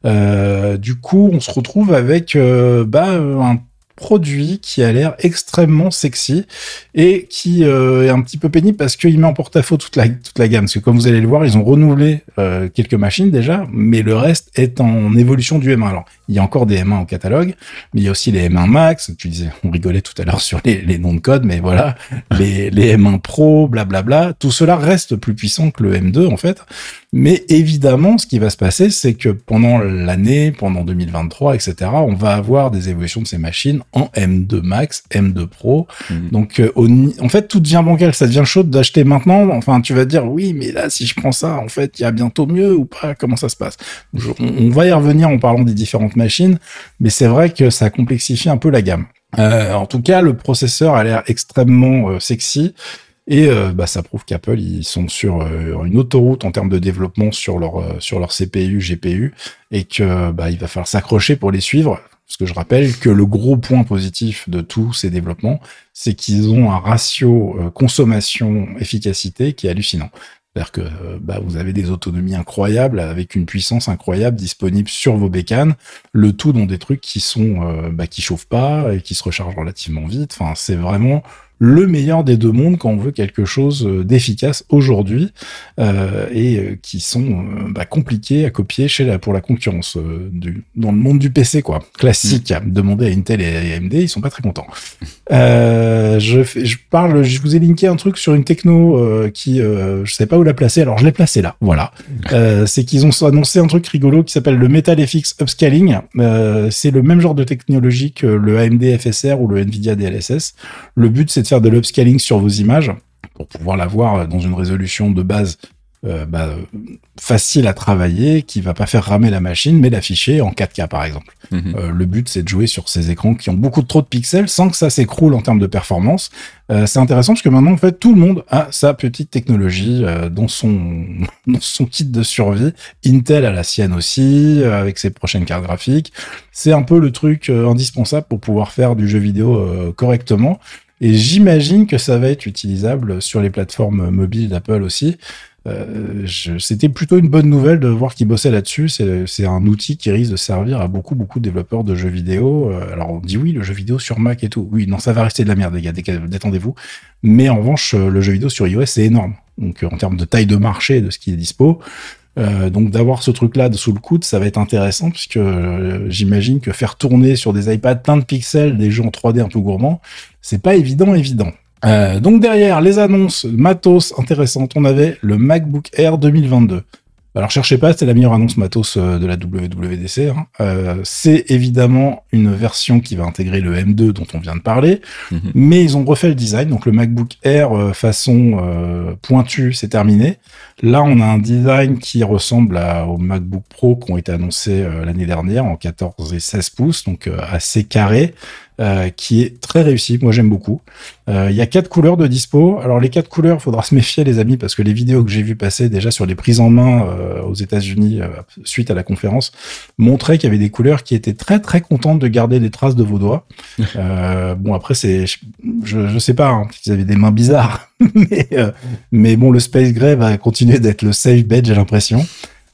Euh, du coup, on se retrouve avec euh, bah, un produit qui a l'air extrêmement sexy et qui euh, est un petit peu pénible parce qu'il met en porte-à-faux toute la, toute la gamme. Parce que comme vous allez le voir, ils ont renouvelé euh, quelques machines déjà, mais le reste est en évolution du M un. Alors, il y a encore des M un au catalogue, mais il y a aussi les M un Max. Tu disais, on rigolait tout à l'heure sur les, les noms de code, mais voilà, les, les M un Pro, blablabla. Tout cela reste plus puissant que le M deux, en fait. Mais évidemment, ce qui va se passer, c'est que pendant l'année, pendant deux mille vingt-trois, et cetera, on va avoir des évolutions de ces machines en M deux Max, M deux Pro. Mmh. Donc, euh, au, en fait, tout devient bancal. Ça devient chaud d'acheter maintenant. Enfin, tu vas te dire, oui, mais là, si je prends ça, en fait, il y a bientôt mieux ou pas? Comment ça se passe? Je, on, on va y revenir en parlant des différentes machines, mais c'est vrai que ça complexifie un peu la gamme. Euh, en tout cas, le processeur a l'air extrêmement euh, sexy. Et euh, bah, ça prouve qu'Apple, ils sont sur euh, une autoroute en termes de développement sur leur euh, sur leur C P U, G P U, et que bah, il va falloir s'accrocher pour les suivre. Parce que je rappelle que le gros point positif de tous ces développements, c'est qu'ils ont un ratio euh, consommation-efficacité qui est hallucinant. C'est-à-dire que euh, bah, vous avez des autonomies incroyables avec une puissance incroyable disponible sur vos bécanes, le tout dans des trucs qui sont euh, bah, qui chauffent pas et qui se rechargent relativement vite. Enfin, c'est vraiment le meilleur des deux mondes quand on veut quelque chose d'efficace aujourd'hui euh, et euh, qui sont euh, bah, compliqués à copier chez la, pour la concurrence euh, du, dans le monde du P C, quoi. Classique. Mmh. Demander à Intel et à A M D, ils sont pas très contents. Euh, je, je parle, je vous ai linké un truc sur une techno euh, qui, euh, je sais pas où la placer, alors je l'ai placé là, voilà. Euh, c'est qu'ils ont annoncé un truc rigolo qui s'appelle le MetalFX Upscaling. Euh, c'est le même genre de technologie que le A M D F S R ou le Nvidia D L S S. Le but, c'est de faire de l'upscaling sur vos images pour pouvoir l'avoir dans une résolution de base euh, bah, facile à travailler, qui va pas faire ramer la machine, mais l'afficher en quatre K par exemple. Mm-hmm. Euh, le but, c'est de jouer sur ces écrans qui ont beaucoup trop de pixels sans que ça s'écroule en termes de performance. Euh, c'est intéressant parce que maintenant, en fait, tout le monde a sa petite technologie euh, dans son dans son kit de survie. Intel a la sienne aussi, euh, avec ses prochaines cartes graphiques. C'est un peu le truc euh, indispensable pour pouvoir faire du jeu vidéo euh, correctement. Et j'imagine que ça va être utilisable sur les plateformes mobiles d'Apple aussi. Euh, je, c'était plutôt une bonne nouvelle de voir qu'ils bossaient là-dessus. C'est, c'est un outil qui risque de servir à beaucoup, beaucoup de développeurs de jeux vidéo. Euh, alors on dit oui, le jeu vidéo sur Mac et tout. Oui, non, ça va rester de la merde, les gars, détendez-vous. Mais en revanche, le jeu vidéo sur iOS, c'est énorme. Donc en termes de taille de marché, de ce qui est dispo, Euh, donc d'avoir ce truc-là sous le coude, ça va être intéressant puisque euh, j'imagine que faire tourner sur des iPads plein de pixels des jeux en trois D un peu gourmands, c'est pas évident, évident. Euh, donc derrière les annonces matos intéressantes, on avait le MacBook Air deux mille vingt-deux. Alors cherchez pas, c'est la meilleure annonce matos de la W W D C. Hein. Euh, c'est évidemment une version qui va intégrer le M deux dont on vient de parler, mmh. mais ils ont refait le design. Donc le MacBook Air euh, façon euh, pointue, c'est terminé. Là, on a un design qui ressemble à, aux MacBook Pro qui ont été annoncés euh, l'année dernière en quatorze et seize pouces, donc euh, assez carré. Euh, qui est très réussi, moi j'aime beaucoup. Il euh, y a quatre couleurs de dispo. Alors les quatre couleurs, faudra se méfier les amis, parce que les vidéos que j'ai vues passer déjà sur les prises en main euh, aux États-Unis euh, suite à la conférence montraient qu'il y avait des couleurs qui étaient très très contentes de garder des traces de vos doigts. euh, bon après c'est, je, je sais pas, hein, ils avaient des mains bizarres, mais, euh, mais bon le Space Gray va continuer d'être le safe bet, j'ai l'impression.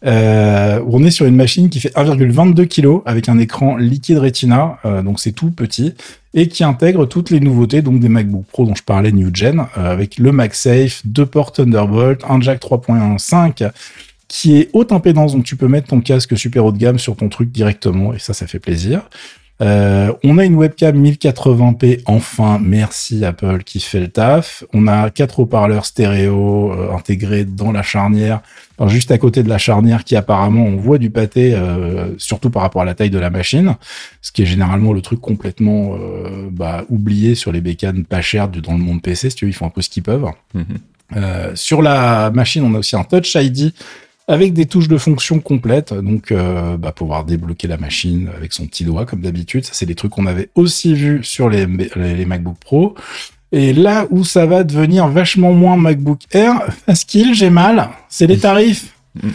Euh, on est sur une machine qui fait un virgule vingt-deux kilos avec un écran liquide Retina, euh, donc c'est tout petit, et qui intègre toutes les nouveautés donc des MacBook Pro dont je parlais New Gen, euh, avec le MagSafe, deux ports Thunderbolt, un jack trois point cinq qui est haute impédance, donc tu peux mettre ton casque super haut de gamme sur ton truc directement, et ça, ça fait plaisir. Euh, on a une webcam mille quatre-vingts p, enfin, merci Apple qui fait le taf. On a quatre haut-parleurs stéréo euh, intégrés dans la charnière, enfin, juste à côté de la charnière qui apparemment on voit du pâté, euh, surtout par rapport à la taille de la machine, ce qui est généralement le truc complètement euh, bah, oublié sur les bécanes pas chères dans le monde P C, si tu veux, ils font un peu ce qu'ils peuvent. Mm-hmm. Euh, sur la machine, on a aussi un Touch I D avec des touches de fonction complètes, donc euh, bah, pouvoir débloquer la machine avec son petit doigt, comme d'habitude. Ça, c'est des trucs qu'on avait aussi vus sur les, les, les MacBook Pro. Et là où ça va devenir vachement moins MacBook Air, parce qu'il, j'ai mal, c'est les tarifs.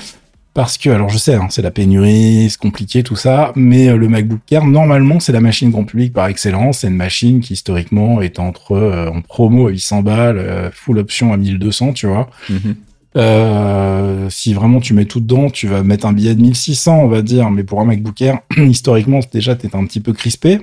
Parce que, alors je sais, hein, c'est la pénurie, c'est compliqué, tout ça, mais euh, le MacBook Air, normalement, c'est la machine grand public par excellence. C'est une machine qui, historiquement, est entre euh, en promo à huit cents balles, euh, full option à mille deux cents, tu vois. Mm-hmm. Euh, si vraiment tu mets tout dedans, tu vas mettre un billet de mille six cents, on va dire, mais pour un MacBook Air, historiquement, déjà, t'es un petit peu crispé.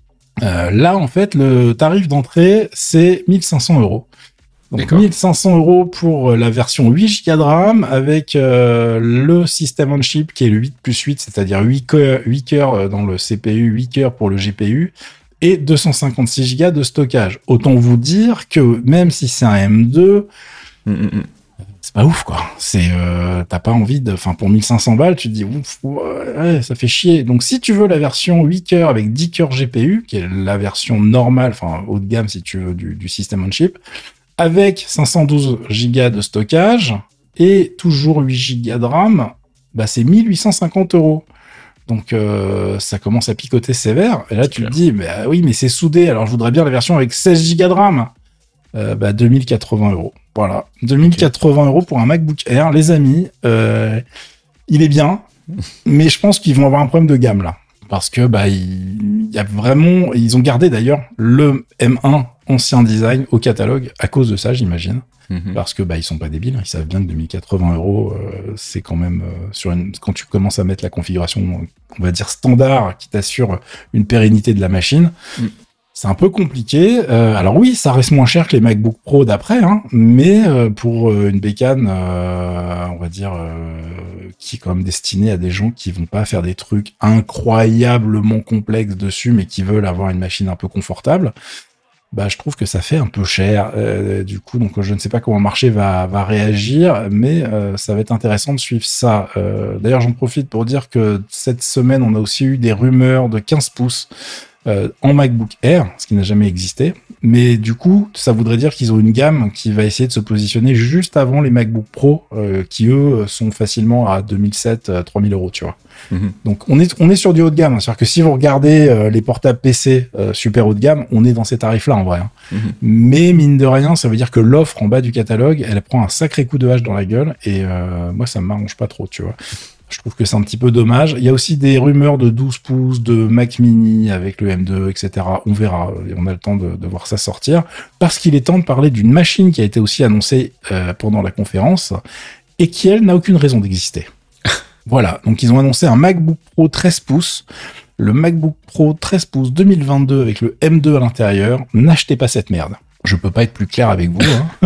Euh, là, en fait, le tarif d'entrée, c'est mille cinq cents euros. Donc, D'accord. mille cinq cents euros pour la version huit gigas de RAM avec euh, le system on chip qui est le huit plus huit, c'est-à-dire huit cœurs dans le C P U, huit cœurs pour le G P U et deux cent cinquante-six gigas de stockage. Autant vous dire que même si c'est un M deux, mm-hmm. c'est pas ouf, quoi. C'est, euh, t'as pas envie de, enfin, pour mille cinq cents balles, tu te dis, ouf, ouais, ça fait chier. Donc, si tu veux la version huit cœurs avec dix cœurs G P U, qui est la version normale, enfin, haut de gamme, si tu veux, du, du system on chip, avec cinq cent douze gigas de stockage et toujours huit gigas de RAM, bah, c'est mille huit cent cinquante euros. Donc, euh, ça commence à picoter sévère. Et là, c'est tu clair. te dis, bah, oui, mais c'est soudé. Alors, je voudrais bien la version avec seize gigas de RAM. Euh, bah, deux mille quatre-vingts euros. Voilà. deux mille quatre-vingts euros pour un MacBook Air. Les amis, euh, il est bien, mais je pense qu'ils vont avoir un problème de gamme, là. Parce que, bah, il, il y a vraiment, ils ont gardé d'ailleurs le M un ancien design au catalogue à cause de ça, j'imagine. Mm-hmm. Parce que, bah, ils sont pas débiles. Ils savent bien que deux mille quatre-vingts euros, euh, c'est quand même, euh, sur une, quand tu commences à mettre la configuration, on va dire standard, qui t'assure une pérennité de la machine. Mm. C'est un peu compliqué. Euh, alors oui, ça reste moins cher que les MacBook Pro d'après, hein, mais euh, pour euh, une bécane, euh, on va dire, euh, qui est quand même destinée à des gens qui vont pas faire des trucs incroyablement complexes dessus, mais qui veulent avoir une machine un peu confortable, bah je trouve que ça fait un peu cher. Euh, du coup, donc je ne sais pas comment le marché va, va réagir, mais euh, ça va être intéressant de suivre ça. Euh, d'ailleurs, j'en profite pour dire que cette semaine, on a aussi eu des rumeurs de quinze pouces. Euh, en MacBook Air, ce qui n'a jamais existé. Mais du coup, ça voudrait dire qu'ils ont une gamme qui va essayer de se positionner juste avant les MacBook Pro, euh, qui eux sont facilement à deux mille sept, trois mille euros, tu vois. Mm-hmm. Donc on est on est sur du haut de gamme. C'est-à-dire que si vous regardez euh, les portables P C euh, super haut de gamme, on est dans ces tarifs-là en vrai. Hein. Mm-hmm. Mais mine de rien, ça veut dire que l'offre en bas du catalogue, elle prend un sacré coup de hache dans la gueule. Et euh, moi, ça m'arrange pas trop, tu vois. Je trouve que c'est un petit peu dommage. Il y a aussi des rumeurs de douze pouces, de Mac Mini avec le M deux, et cetera. On verra. Et on a le temps de, de voir ça sortir. Parce qu'il est temps de parler d'une machine qui a été aussi annoncée euh, pendant la conférence et qui, elle, n'a aucune raison d'exister. Voilà. Donc, ils ont annoncé un MacBook Pro treize pouces. Le MacBook Pro treize pouces deux mille vingt-deux avec le M deux à l'intérieur. N'achetez pas cette merde. Je peux pas être plus clair avec vous. Hein.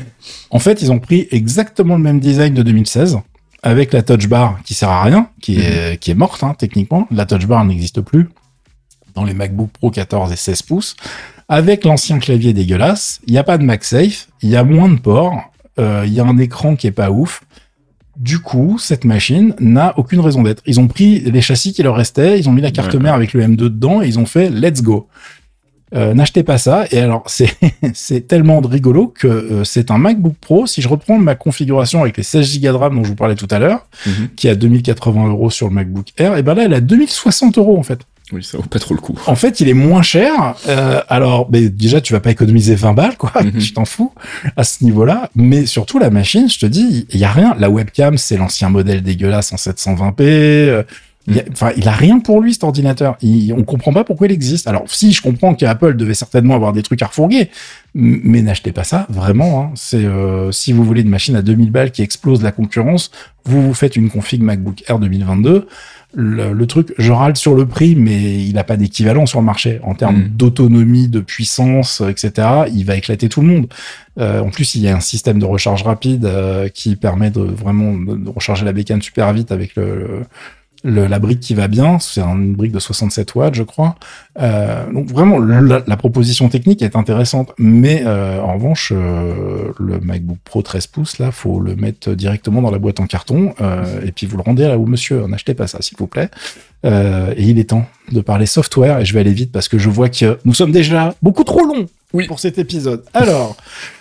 En fait, ils ont pris exactement le même design de deux mille seize. Avec la touch bar qui sert à rien, qui est, mmh. qui est morte, hein, techniquement. La touch bar n'existe plus dans les MacBook Pro quatorze et seize pouces. Avec l'ancien clavier dégueulasse, il n'y a pas de MagSafe, il y a moins de ports, euh, il y a un écran qui est pas ouf. Du coup, cette machine n'a aucune raison d'être. Ils ont pris les châssis qui leur restaient, ils ont mis la carte mère avec le M deux dedans et ils ont fait « let's go ». Euh, n'achetez pas ça. Et alors, c'est, c'est tellement rigolo que euh, c'est un MacBook Pro. Si je reprends ma configuration avec les seize gigas de RAM dont je vous parlais tout à l'heure, mm-hmm. qui est à deux mille quatre-vingts euros sur le MacBook Air, et ben là, elle est à deux mille soixante euros, en fait. Oui, ça vaut pas trop le coup. En fait, il est moins cher. Euh, alors, mais déjà, tu vas pas économiser vingt balles, quoi. Mm-hmm. Tu t'en fous à ce niveau-là. Mais surtout, la machine, je te dis, il y a rien. La webcam, c'est l'ancien modèle dégueulasse en sept cent vingt p. Euh, Il a, enfin, il a rien pour lui, cet ordinateur. Il, on comprend pas pourquoi il existe. Alors, si, je comprends qu'Apple devait certainement avoir des trucs à refourguer, mais n'achetez pas ça, vraiment. Hein. C'est euh, si vous voulez une machine à deux mille balles qui explose la concurrence, vous vous faites une config MacBook Air deux mille vingt-deux. Le, le truc, je râle sur le prix, mais il n'a pas d'équivalent sur le marché en termes mmh. d'autonomie, de puissance, et cetera. Il va éclater tout le monde. Euh, en plus, il y a un système de recharge rapide euh, qui permet de vraiment de, de recharger la bécane super vite avec le, le Le, la brique qui va bien, c'est une brique de soixante-sept watts, je crois. Euh, donc vraiment, la, la proposition technique est intéressante, mais euh, en revanche, euh, le MacBook Pro treize pouces, là, faut le mettre directement dans la boîte en carton, euh, et puis vous le rendez là où monsieur, n'achetez pas ça, s'il vous plaît. Euh, et il est temps de parler software, et je vais aller vite parce que je vois que nous sommes déjà beaucoup trop longs oui. pour cet épisode. Alors...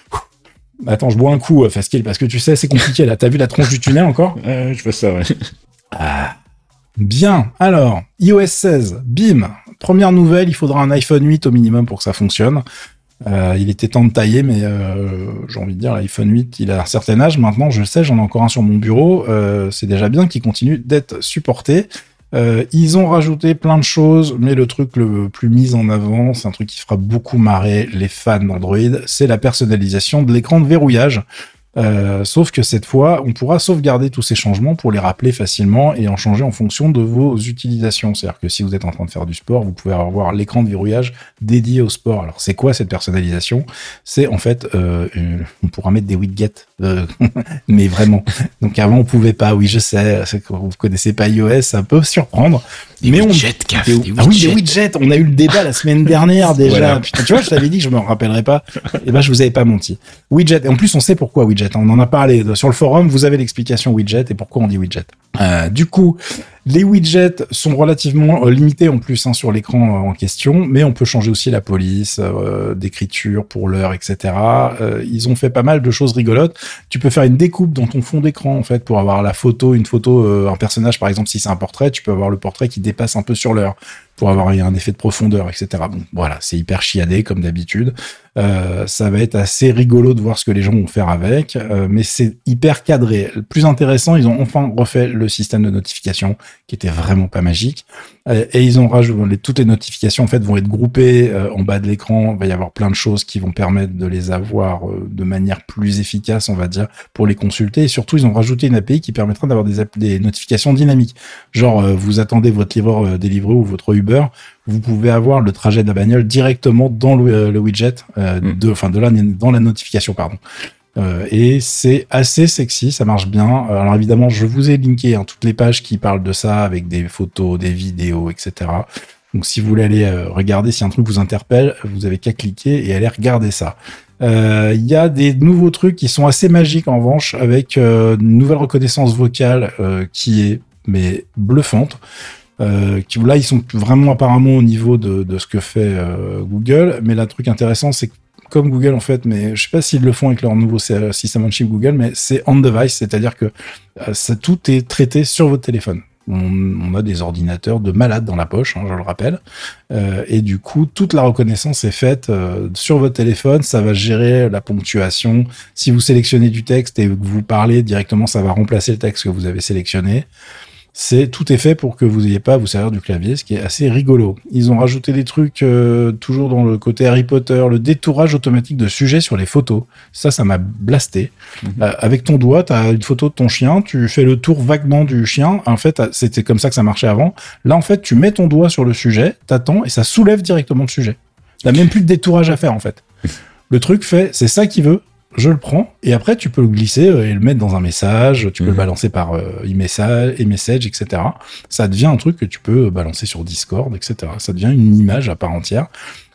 Attends, je bois un coup, Fasquille, parce que tu sais, c'est compliqué, là. T'as vu la tronche du tunnel encore ? euh, Je vois ça, ouais. Ah... Bien, alors, i O S seize, bim, première nouvelle, il faudra un iPhone huit au minimum pour que ça fonctionne. Euh, il était temps de tailler, mais euh, j'ai envie de dire, l'iPhone huit, il a un certain âge, maintenant, je le sais, j'en ai encore un sur mon bureau, euh, c'est déjà bien qu'il continue d'être supporté. Euh, ils ont rajouté plein de choses, mais le truc le plus mis en avant, c'est un truc qui fera beaucoup marrer les fans d'Android, c'est la personnalisation de l'écran de verrouillage. Euh, sauf que cette fois, on pourra sauvegarder tous ces changements pour les rappeler facilement et en changer en fonction de vos utilisations. C'est-à-dire que si vous êtes en train de faire du sport, vous pouvez avoir l'écran de verrouillage dédié au sport. Alors, c'est quoi cette personnalisation ? C'est en fait, euh, une... on pourra mettre des widgets, euh... mais vraiment. Donc avant, on pouvait pas. Oui, je sais, c'est que vous connaissez pas iOS, ça peut surprendre. Des mais widgets, on... Caf, des... des widgets. Ah oui, des widgets. On a eu le débat la semaine dernière déjà. Voilà. Putain, tu vois, je t'avais dit que je me rappellerais pas. Et ben, je vous avais pas menti. Widget. Et en plus, on sait pourquoi widget. On en a parlé sur le forum. Vous avez l'explication widget et pourquoi on dit widget. Euh, du coup, les widgets sont relativement euh, limités en plus hein, sur l'écran euh, en question, mais on peut changer aussi la police euh, d'écriture pour l'heure, et cetera. Euh, ils ont fait pas mal de choses rigolotes. Tu peux faire une découpe dans ton fond d'écran en fait pour avoir la photo, une photo, euh, un personnage par exemple si c'est un portrait, tu peux avoir le portrait qui dépasse un peu sur l'heure pour avoir un effet de profondeur, et cetera. Bon, voilà, c'est hyper chiadé comme d'habitude. Euh, ça va être assez rigolo de voir ce que les gens vont faire avec, euh, mais c'est hyper cadré. Le plus intéressant, ils ont enfin refait le système de notification qui était vraiment pas magique, euh, et ils ont rajouté toutes les notifications en fait vont être groupées euh, en bas de l'écran. Il va y avoir plein de choses qui vont permettre de les avoir euh, de manière plus efficace, on va dire, pour les consulter. Et surtout, ils ont rajouté une A P I qui permettra d'avoir des, des notifications dynamiques. Genre, euh, vous attendez votre livreur euh, délivré ou votre Uber, vous pouvez avoir le trajet de la bagnole directement dans le, euh, le widget, euh, mmh. de, enfin de la, dans la notification, pardon. Euh, et c'est assez sexy, ça marche bien. Alors évidemment, je vous ai linké hein, toutes les pages qui parlent de ça avec des photos, des vidéos, et cetera. Donc si vous voulez aller euh, regarder si un truc vous interpelle, vous avez qu'à cliquer et aller regarder ça. Il euh, y a des nouveaux trucs qui sont assez magiques en revanche, avec euh, une nouvelle reconnaissance vocale euh, qui est mais bluffante. Euh, qui, là, ils sont vraiment apparemment au niveau de, de ce que fait euh, Google. Mais le truc intéressant, c'est que comme Google, en fait, mais je sais pas s'ils le font avec leur nouveau système on chip Google, mais c'est on device, c'est-à-dire que euh, ça, tout est traité sur votre téléphone. On, on a des ordinateurs de malades dans la poche, hein, je le rappelle. Euh, et du coup, toute la reconnaissance est faite euh, sur votre téléphone. Ça va gérer la ponctuation. Si vous sélectionnez du texte et que vous parlez directement, ça va remplacer le texte que vous avez sélectionné. C'est tout est fait pour que vous n'ayez pas à vous servir du clavier, ce qui est assez rigolo. Ils ont rajouté des trucs euh, toujours dans le côté Harry Potter, le détourage automatique de sujets sur les photos. Ça, ça m'a blasté. Mmh. Euh, avec ton doigt, tu as une photo de ton chien, tu fais le tour vaguement du chien. En fait, c'était comme ça que ça marchait avant. Là, en fait, tu mets ton doigt sur le sujet, t'attends et ça soulève directement le sujet. T'as même plus de détourage à faire, en fait. Le truc fait, c'est ça qu'il veut. Je le prends, et après, tu peux le glisser et le mettre dans un message, tu peux mmh. le balancer par euh, e-message, e-message, et cetera. Ça devient un truc que tu peux balancer sur Discord, et cetera. Ça devient une image à part entière.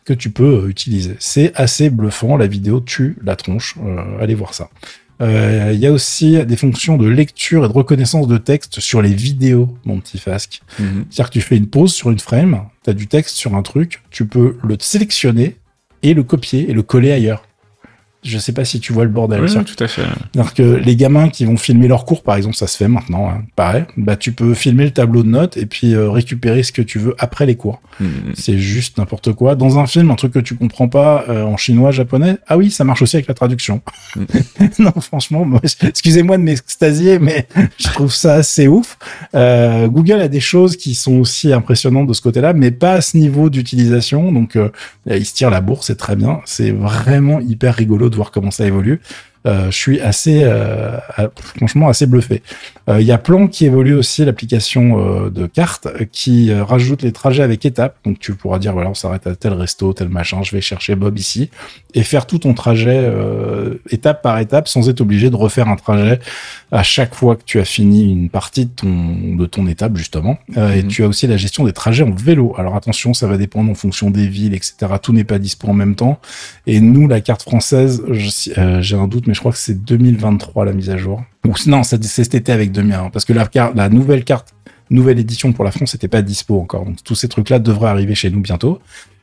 que tu peux euh, utiliser. C'est assez bluffant, la vidéo tue la tronche, euh, allez voir ça. Il euh, y a aussi des fonctions de lecture et de reconnaissance de texte sur les vidéos, mon petit Fasque. Mm-hmm. C'est-à-dire que tu fais une pause sur une frame, tu as du texte sur un truc, tu peux le sélectionner et le copier et le coller ailleurs. Je sais pas si tu vois le bordel. Oui, tout à fait. C'est-à-dire que les gamins qui vont filmer leurs cours, par exemple, ça se fait maintenant, hein, pareil, bah, tu peux filmer le tableau de notes et puis euh, récupérer ce que tu veux après les cours. Mmh. C'est juste n'importe quoi. Dans un film, un truc que tu comprends pas euh, en chinois, japonais, ah oui, ça marche aussi avec la traduction. Mmh. Non, franchement, moi, excusez-moi de m'extasier, mais je trouve ça assez ouf. Euh, Google a des choses qui sont aussi impressionnantes de ce côté-là, mais pas à ce niveau d'utilisation. Donc, euh, il se tire la bourre, c'est très bien. C'est vraiment hyper rigolo de voir comment ça évolue. Euh, je suis assez, euh, franchement, assez bluffé. Il euh, y a Plan qui évolue aussi, l'application euh, de cartes, qui euh, rajoute les trajets avec étapes. Donc, tu pourras dire, voilà, on s'arrête à tel resto, tel machin, je vais chercher Bob ici, et faire tout ton trajet euh, étape par étape, sans être obligé de refaire un trajet à chaque fois que tu as fini une partie de ton, de ton étape, justement. Euh, mmh. Et tu as aussi la gestion des trajets en vélo. Alors, attention, ça va dépendre en fonction des villes, et cetera. Tout n'est pas dispo en même temps. Et nous, la carte française, je, euh, j'ai un doute, mais je crois que c'est deux mille vingt-trois la mise à jour. Ou non, c'est cet été avec deux mille un, parce que la, carte, la nouvelle carte, nouvelle édition pour la France, n'était pas dispo encore. Donc tous ces trucs-là devraient arriver chez nous bientôt.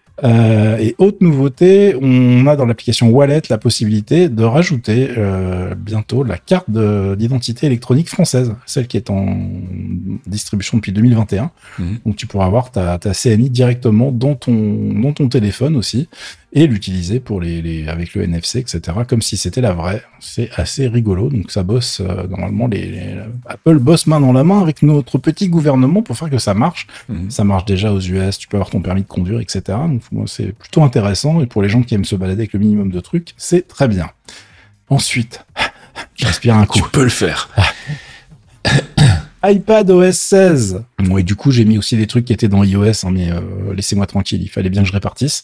Euh, et autre nouveauté, on a dans l'application Wallet la possibilité de rajouter euh, bientôt la carte de, d'identité électronique française, celle qui est en distribution depuis deux mille vingt et un. Mmh. Donc tu pourras avoir ta, ta C N I directement dans ton, dans ton téléphone aussi, et l'utiliser pour les, les, avec le N F C, et cetera, comme si c'était la vraie. C'est assez rigolo. Donc ça bosse, euh, normalement, les, les, Apple bosse main dans la main avec notre petit gouvernement pour faire que ça marche. Mmh. Ça marche déjà aux U S, tu peux avoir ton permis de conduire, et cetera. Donc moi, c'est plutôt intéressant. Et pour les gens qui aiment se balader avec le minimum de trucs, c'est très bien. Ensuite, j'inspire un coup. Tu peux le faire. iPadOS seize. Bon, et du coup, j'ai mis aussi des trucs qui étaient dans iOS, hein, mais euh, laissez-moi tranquille, il fallait bien que je répartisse.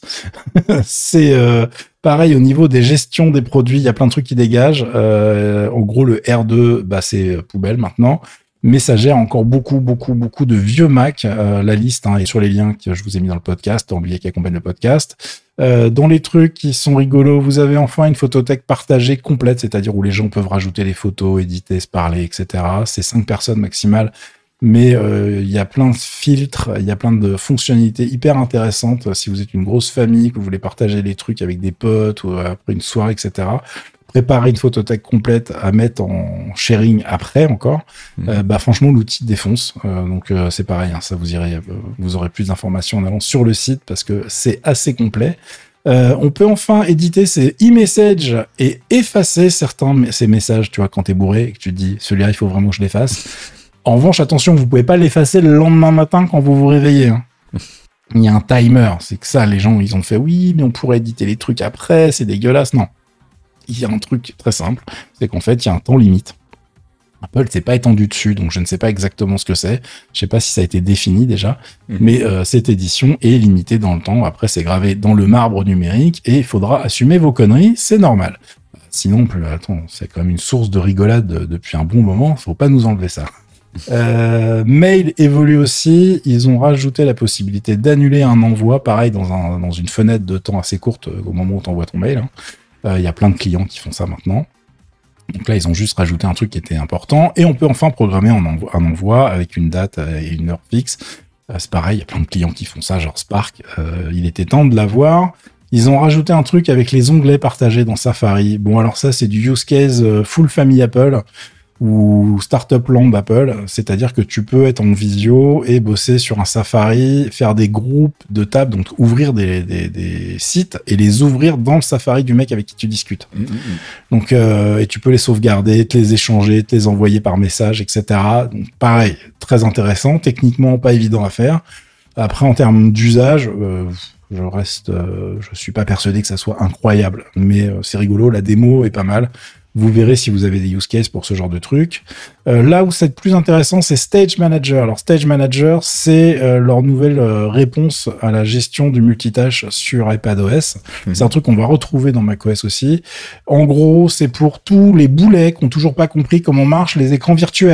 C'est euh, pareil au niveau des gestions des produits, il y a plein de trucs qui dégagent. Euh, en gros, le R deux, bah, c'est poubelle maintenant. Mais ça gère encore beaucoup, beaucoup, beaucoup de vieux Mac. Euh, la liste hein, est sur les liens que je vous ai mis dans le podcast, oubliez qui accompagne le podcast. Euh, dans les trucs qui sont rigolos, vous avez enfin une photothèque partagée complète, c'est-à-dire où les gens peuvent rajouter les photos, éditer, se parler, et cetera. C'est cinq personnes maximales, mais il euh, y a plein de filtres, il y a plein de fonctionnalités hyper intéressantes. Si vous êtes une grosse famille, que vous voulez partager les trucs avec des potes ou après une soirée, et cetera, préparer une photothèque complète à mettre en sharing après encore, mmh. euh, bah franchement l'outil défonce. Euh, donc euh, c'est pareil, hein, ça vous irez, euh, vous aurez plus d'informations en allant sur le site parce que c'est assez complet. Euh, on peut enfin éditer ses e-messages et effacer certains ces messages. Tu vois, quand t'es bourré et que tu te dis celui-là il faut vraiment que je l'efface. En revanche, attention, vous pouvez pas l'effacer le lendemain matin quand vous vous réveillez. Hein. Il y a un timer, c'est que ça, les gens ils ont fait oui, mais on pourrait éditer les trucs après, c'est dégueulasse. Non. Il y a un truc très simple, c'est qu'en fait, il y a un temps limite. Apple s'est pas étendu dessus, donc je ne sais pas exactement ce que c'est. Je sais pas si ça a été défini déjà, mmh. mais euh, cette édition est limitée dans le temps. Après, c'est gravé dans le marbre numérique et il faudra assumer vos conneries, c'est normal. Sinon, attends, c'est quand même une source de rigolade depuis un bon moment, faut pas nous enlever ça. Euh, Mail évolue aussi, ils ont rajouté la possibilité d'annuler un envoi, pareil dans, un, dans une fenêtre de temps assez courte au moment où tu envoies ton mail. Hein. Il euh, y a plein de clients qui font ça maintenant. Donc là, ils ont juste rajouté un truc qui était important. Et on peut enfin programmer un envoi, un envoi avec une date et une heure fixe. Euh, c'est pareil, il y a plein de clients qui font ça, genre Spark. Euh, il était temps de l'avoir. Ils ont rajouté un truc avec les onglets partagés dans Safari. Bon, alors ça, c'est du use case full family Apple ou Startup Land Apple, c'est-à-dire que tu peux être en visio et bosser sur un Safari, faire des groupes de tables, donc ouvrir des, des, des sites et les ouvrir dans le Safari du mec avec qui tu discutes. Mmh, mmh. Donc, euh, et tu peux les sauvegarder, te les échanger, te les envoyer par message, et cetera. Donc, pareil, très intéressant, techniquement pas évident à faire. Après, en termes d'usage, euh, je reste, euh, je suis pas persuadé que ça soit incroyable, mais euh, c'est rigolo, la démo est pas mal. Vous verrez si vous avez des use cases pour ce genre de truc. Euh, là où c'est plus intéressant, c'est Stage Manager. Alors Stage Manager, c'est euh, leur nouvelle euh, réponse à la gestion du multitâche sur iPadOS. Mmh. C'est un truc qu'on va retrouver dans macOS aussi. En gros, c'est pour tous les boulets qui n'ont toujours pas compris comment marchent les écrans virtuels.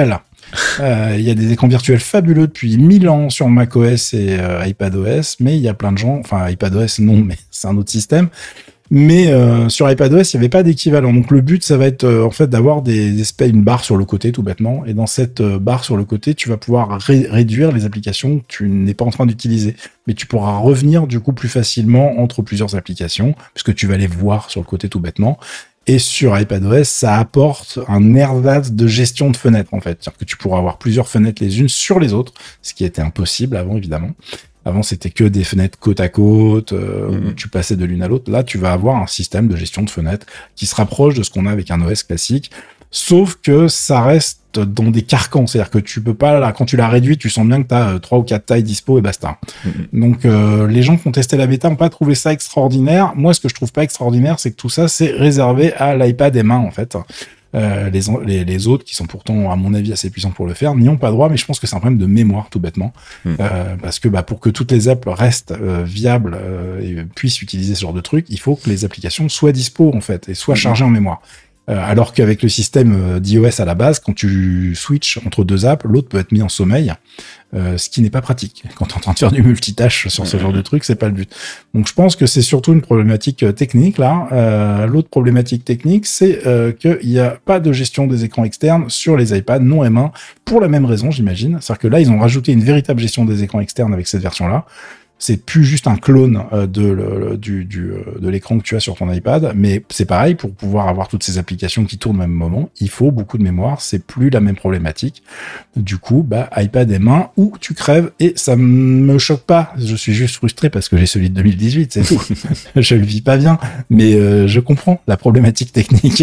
Euh, il y a des écrans virtuels fabuleux depuis mille ans sur macOS et euh, iPadOS, mais il y a plein de gens, enfin iPadOS non, mais c'est un autre système. Mais euh, sur iPadOS, il n'y avait pas d'équivalent. Donc le but, ça va être euh, en fait d'avoir des espèces, une barre sur le côté tout bêtement. Et dans cette euh, barre sur le côté, tu vas pouvoir ré- réduire les applications que tu n'es pas en train d'utiliser. Mais tu pourras revenir du coup plus facilement entre plusieurs applications, puisque tu vas les voir sur le côté tout bêtement. Et sur iPadOS, ça apporte un ersatz de gestion de fenêtres en fait. C'est-à-dire que tu pourras avoir plusieurs fenêtres les unes sur les autres, ce qui était impossible avant évidemment. Avant, c'était que des fenêtres côte à côte, euh, mmh. où tu passais de l'une à l'autre. Là, tu vas avoir un système de gestion de fenêtres qui se rapproche de ce qu'on a avec un O S classique. Sauf que ça reste dans des carcans. C'est-à-dire que tu peux pas, là, quand tu l'as réduit, tu sens bien que tu as trois ou quatre tailles dispo et basta. Mmh. Donc, euh, les gens qui ont testé la bêta n'ont pas trouvé ça extraordinaire. Moi, ce que je trouve pas extraordinaire, c'est que tout ça, c'est réservé à l'iPad M un, en fait. Euh, les, les, les autres, qui sont pourtant, à mon avis, assez puissants pour le faire, n'y ont pas droit, mais je pense que c'est un problème de mémoire, tout bêtement. Mmh. Euh, parce que bah, pour que toutes les apps restent euh, viables euh, et puissent utiliser ce genre de truc, il faut que les applications soient dispo, en fait, et soient mmh. chargées en mémoire. Euh, alors qu'avec le système d'iOS à la base, quand tu switches entre deux apps, l'autre peut être mis en sommeil, euh, ce qui n'est pas pratique. Quand tu es en train de faire du multitâche sur ce genre de truc, c'est pas le but. Donc je pense que c'est surtout une problématique technique là. Euh, l'autre problématique technique, c'est euh, qu'il n'y a pas de gestion des écrans externes sur les iPads non M un, pour la même raison, j'imagine. C'est-à-dire que là, ils ont rajouté une véritable gestion des écrans externes avec cette version-là. C'est plus juste un clone euh, de, le, du, du, euh, de l'écran que tu as sur ton iPad, mais c'est pareil, pour pouvoir avoir toutes ces applications qui tournent au même moment, il faut beaucoup de mémoire, c'est plus la même problématique. Du coup, bah, iPad M un, ou tu crèves, et ça me choque pas, je suis juste frustré parce que j'ai celui de deux mille dix-huit, c'est tout. Je le vis pas bien, mais euh, je comprends la problématique technique.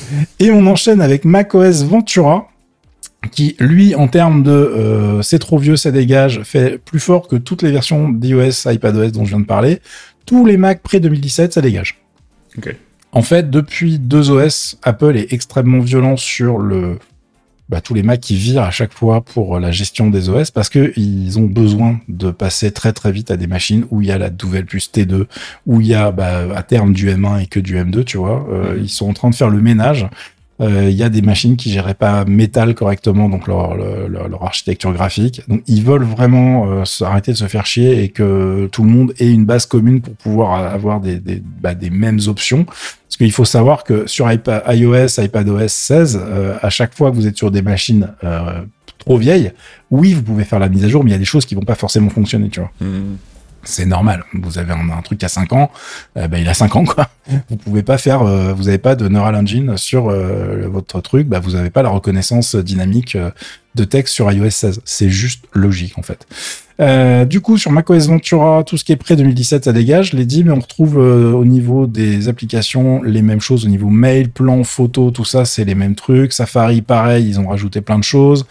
Et on enchaîne avec macOS Ventura, qui, lui, en termes de euh, c'est trop vieux, ça dégage, fait plus fort que toutes les versions d'iOS, iPadOS dont je viens de parler. Tous les Mac pré deux mille dix-sept, ça dégage. Okay. En fait, depuis deux O S, Apple est extrêmement violent sur le bah, tous les Macs qui virent à chaque fois pour la gestion des O S parce que ils ont besoin de passer très très vite à des machines où il y a la nouvelle puce T deux, où il y a bah, à terme du M un et que du M deux, tu vois. Euh, mmh. Ils sont en train de faire le ménage. Il euh, y a des machines qui géraient pas Metal correctement, donc leur, leur, leur architecture graphique. Donc ils veulent vraiment euh, arrêter de se faire chier et que tout le monde ait une base commune pour pouvoir avoir des, des, bah, des mêmes options. Parce qu'il faut savoir que sur iPad, iOS, iPadOS seize, euh, à chaque fois que vous êtes sur des machines euh, trop vieilles, oui, vous pouvez faire la mise à jour, mais il y a des choses qui vont pas forcément fonctionner, tu vois. Mmh. C'est normal. Vous avez un, un truc qui a cinq ans, euh, bah, il a cinq ans, quoi. Vous pouvez pas faire, euh, vous avez pas de Neural Engine sur euh, votre truc, bah, vous avez pas la reconnaissance dynamique euh, de texte sur iOS seize. C'est juste logique, en fait. Euh, du coup, sur macOS Ventura, tout ce qui est pré deux mille dix-sept, ça dégage, je l'ai dit, mais on retrouve euh, au niveau des applications les mêmes choses, au niveau mail, plan, photo, tout ça, c'est les mêmes trucs. Safari, pareil, ils ont rajouté plein de choses.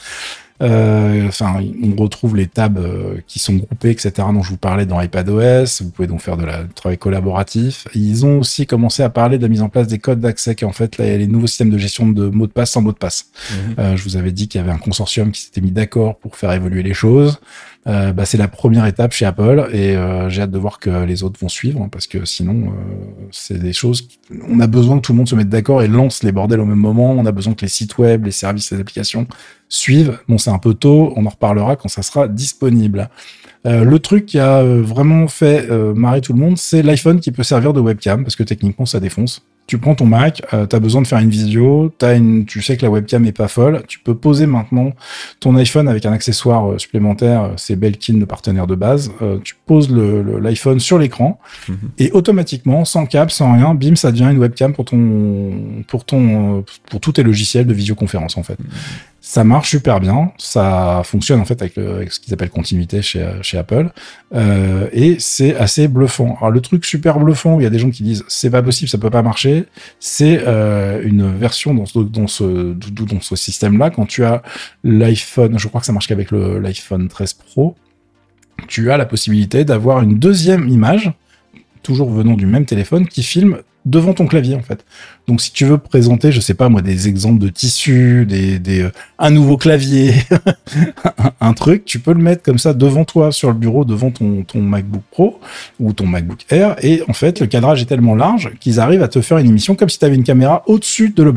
Enfin, euh, on retrouve les tabs euh, qui sont groupés, et cetera, dont je vous parlais dans iPadOS. Vous pouvez donc faire de la du travail collaboratif. Ils ont aussi commencé à parler de la mise en place des codes d'accès, qui en fait, là, il y a les nouveaux systèmes de gestion de mots de passe sans mot de passe. Mmh. Euh, je vous avais dit qu'il y avait un consortium qui s'était mis d'accord pour faire évoluer les choses. Euh, bah, c'est la première étape chez Apple et euh, j'ai hâte de voir que les autres vont suivre, hein, parce que sinon, euh, c'est des choses... On a besoin que tout le monde se mette d'accord et lance les bordels au même moment. On a besoin que les sites web, les services, les applications suivent. Bon, c'est un peu tôt, on en reparlera quand ça sera disponible. Euh, le truc qui a euh, vraiment fait euh, marrer tout le monde, c'est l'iPhone qui peut servir de webcam, parce que techniquement, ça défonce. Tu prends ton Mac, euh, tu as besoin de faire une visio, t'as une, tu sais que la webcam est pas folle, tu peux poser maintenant ton iPhone avec un accessoire euh, supplémentaire, c'est Belkin, le partenaire de base, euh, tu poses le, le, l'iPhone sur l'écran, mmh. et automatiquement, sans câble, sans rien, bim, ça devient une webcam pour ton, pour ton, pour tous tes logiciels de visioconférence, en fait. Mmh. Ça marche super bien, ça fonctionne en fait avec, le, avec ce qu'ils appellent continuité chez, chez Apple, euh, et c'est assez bluffant. Alors le truc super bluffant où il y a des gens qui disent c'est pas possible, ça peut pas marcher, c'est euh, une version dans ce, dans ce, dans ce système-là, quand tu as l'iPhone, je crois que ça marche qu'avec le, l'iPhone treize Pro, tu as la possibilité d'avoir une deuxième image, toujours venant du même téléphone, qui filme devant ton clavier, en fait. Donc, si tu veux présenter, je sais pas, moi, des exemples de tissus, des, des, euh, un nouveau clavier, un, un truc, tu peux le mettre comme ça devant toi, sur le bureau, devant ton, ton MacBook Pro ou ton MacBook Air. Et en fait, le cadrage est tellement large qu'ils arrivent à te faire une émission comme si tu avais une caméra au-dessus de l'objet.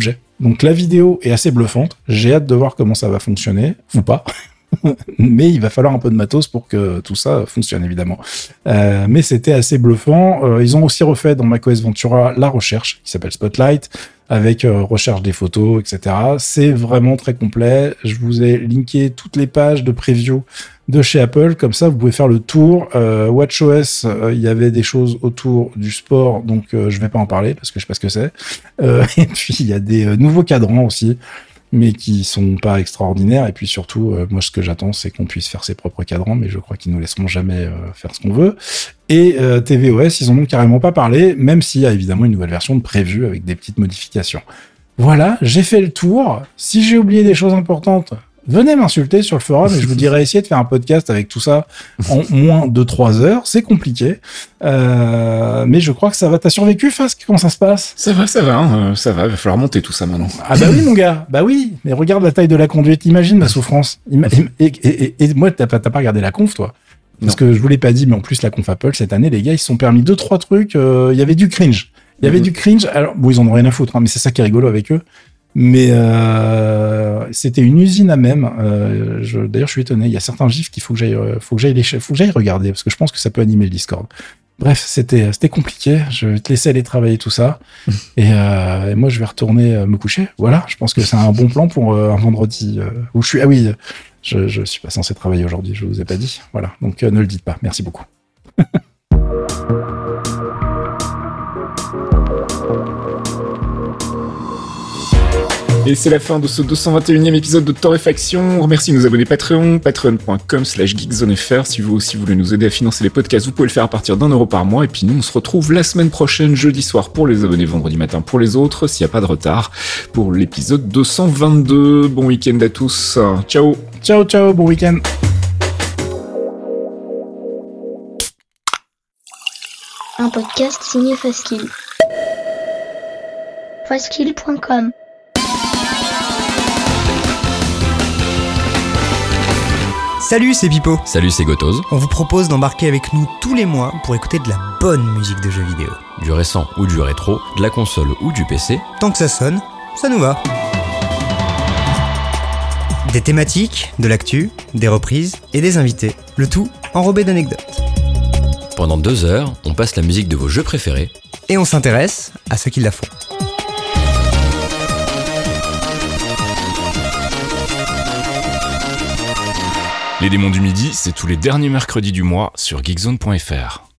Donc la vidéo est assez bluffante. J'ai hâte de voir comment ça va fonctionner, ou pas. Mais il va falloir un peu de matos pour que tout ça fonctionne, évidemment. Euh, mais c'était assez bluffant. Euh, ils ont aussi refait dans macOS Ventura la recherche, qui s'appelle Spotlight, avec euh, recherche des photos, et cetera. C'est vraiment très complet. Je vous ai linké toutes les pages de preview de chez Apple. Comme ça, vous pouvez faire le tour. Euh, WatchOS, euh, il y avait des choses autour du sport, donc euh, je vais pas en parler parce que je sais pas ce que c'est. Euh, et puis, il y a des euh, nouveaux cadrans aussi, mais qui sont pas extraordinaires. Et puis surtout, euh, moi, ce que j'attends, c'est qu'on puisse faire ses propres cadrans, mais je crois qu'ils nous laisseront jamais euh, faire ce qu'on veut. Et euh, tvOS, ils en ont carrément pas parlé, même s'il y a évidemment une nouvelle version de prévue avec des petites modifications. Voilà, j'ai fait le tour. Si j'ai oublié des choses importantes, venez m'insulter sur le forum et je vous dirai essayer de faire un podcast avec tout ça en moins de trois heures. C'est compliqué. Euh, mais je crois que ça va. T'as survécu, Fasque? Comment ça se passe? Ça va, ça va, hein, ça va. Il va falloir monter tout ça maintenant. Ah bah oui, mon gars. Bah oui. Mais regarde la taille de la conduite. Imagine ma souffrance. Ima- et, et, et, et moi, t'as pas, t'as pas regardé la conf, toi? Parce non. que je vous l'ai pas dit, mais en plus, la conf Apple, cette année, les gars, ils se sont permis deux, trois trucs. Il euh, y avait du cringe. Il y avait mmh. du cringe. Alors, bon, ils en ont rien à foutre, hein, mais c'est ça qui est rigolo avec eux. Mais euh, c'était une usine à même. Euh, je, d'ailleurs, je suis étonné. Il y a certains gifs qu'il faut que j'aille, faut que j'aille, les, faut que j'aille regarder parce que je pense que ça peut animer le Discord. Bref, c'était, c'était compliqué. Je vais te laisser aller travailler tout ça. Et, euh, et moi, je vais retourner me coucher. Voilà. Je pense que c'est un bon plan pour euh, un vendredi euh, où je suis. Ah oui, je, je suis pas censé travailler aujourd'hui. Je vous ai pas dit. Voilà. Donc, euh, ne le dites pas. Merci beaucoup. Et c'est la fin de ce deux cent vingt et unième épisode de Torréfaction. On remercie nos abonnés Patreon, patreon.com slash geekzonefr. Si vous aussi voulez nous aider à financer les podcasts, vous pouvez le faire à partir d'un euro par mois. Et puis nous, on se retrouve la semaine prochaine, jeudi soir pour les abonnés, vendredi matin pour les autres, s'il n'y a pas de retard, pour l'épisode deux cent vingt-deux. Bon week-end à tous. Ciao. Ciao, ciao, bon week-end. Un podcast signé Faskill. Faskill point com. Salut, c'est Pipo. Salut, c'est Gotoz. On vous propose d'embarquer avec nous tous les mois pour écouter de la bonne musique de jeux vidéo. Du récent ou du rétro, de la console ou du P C. Tant que ça sonne, ça nous va. Des thématiques, de l'actu, des reprises et des invités. Le tout enrobé d'anecdotes. Pendant deux heures, on passe la musique de vos jeux préférés. Et on s'intéresse à ceux qui la font. Les démons du midi, c'est tous les derniers mercredis du mois sur geekzone point f r.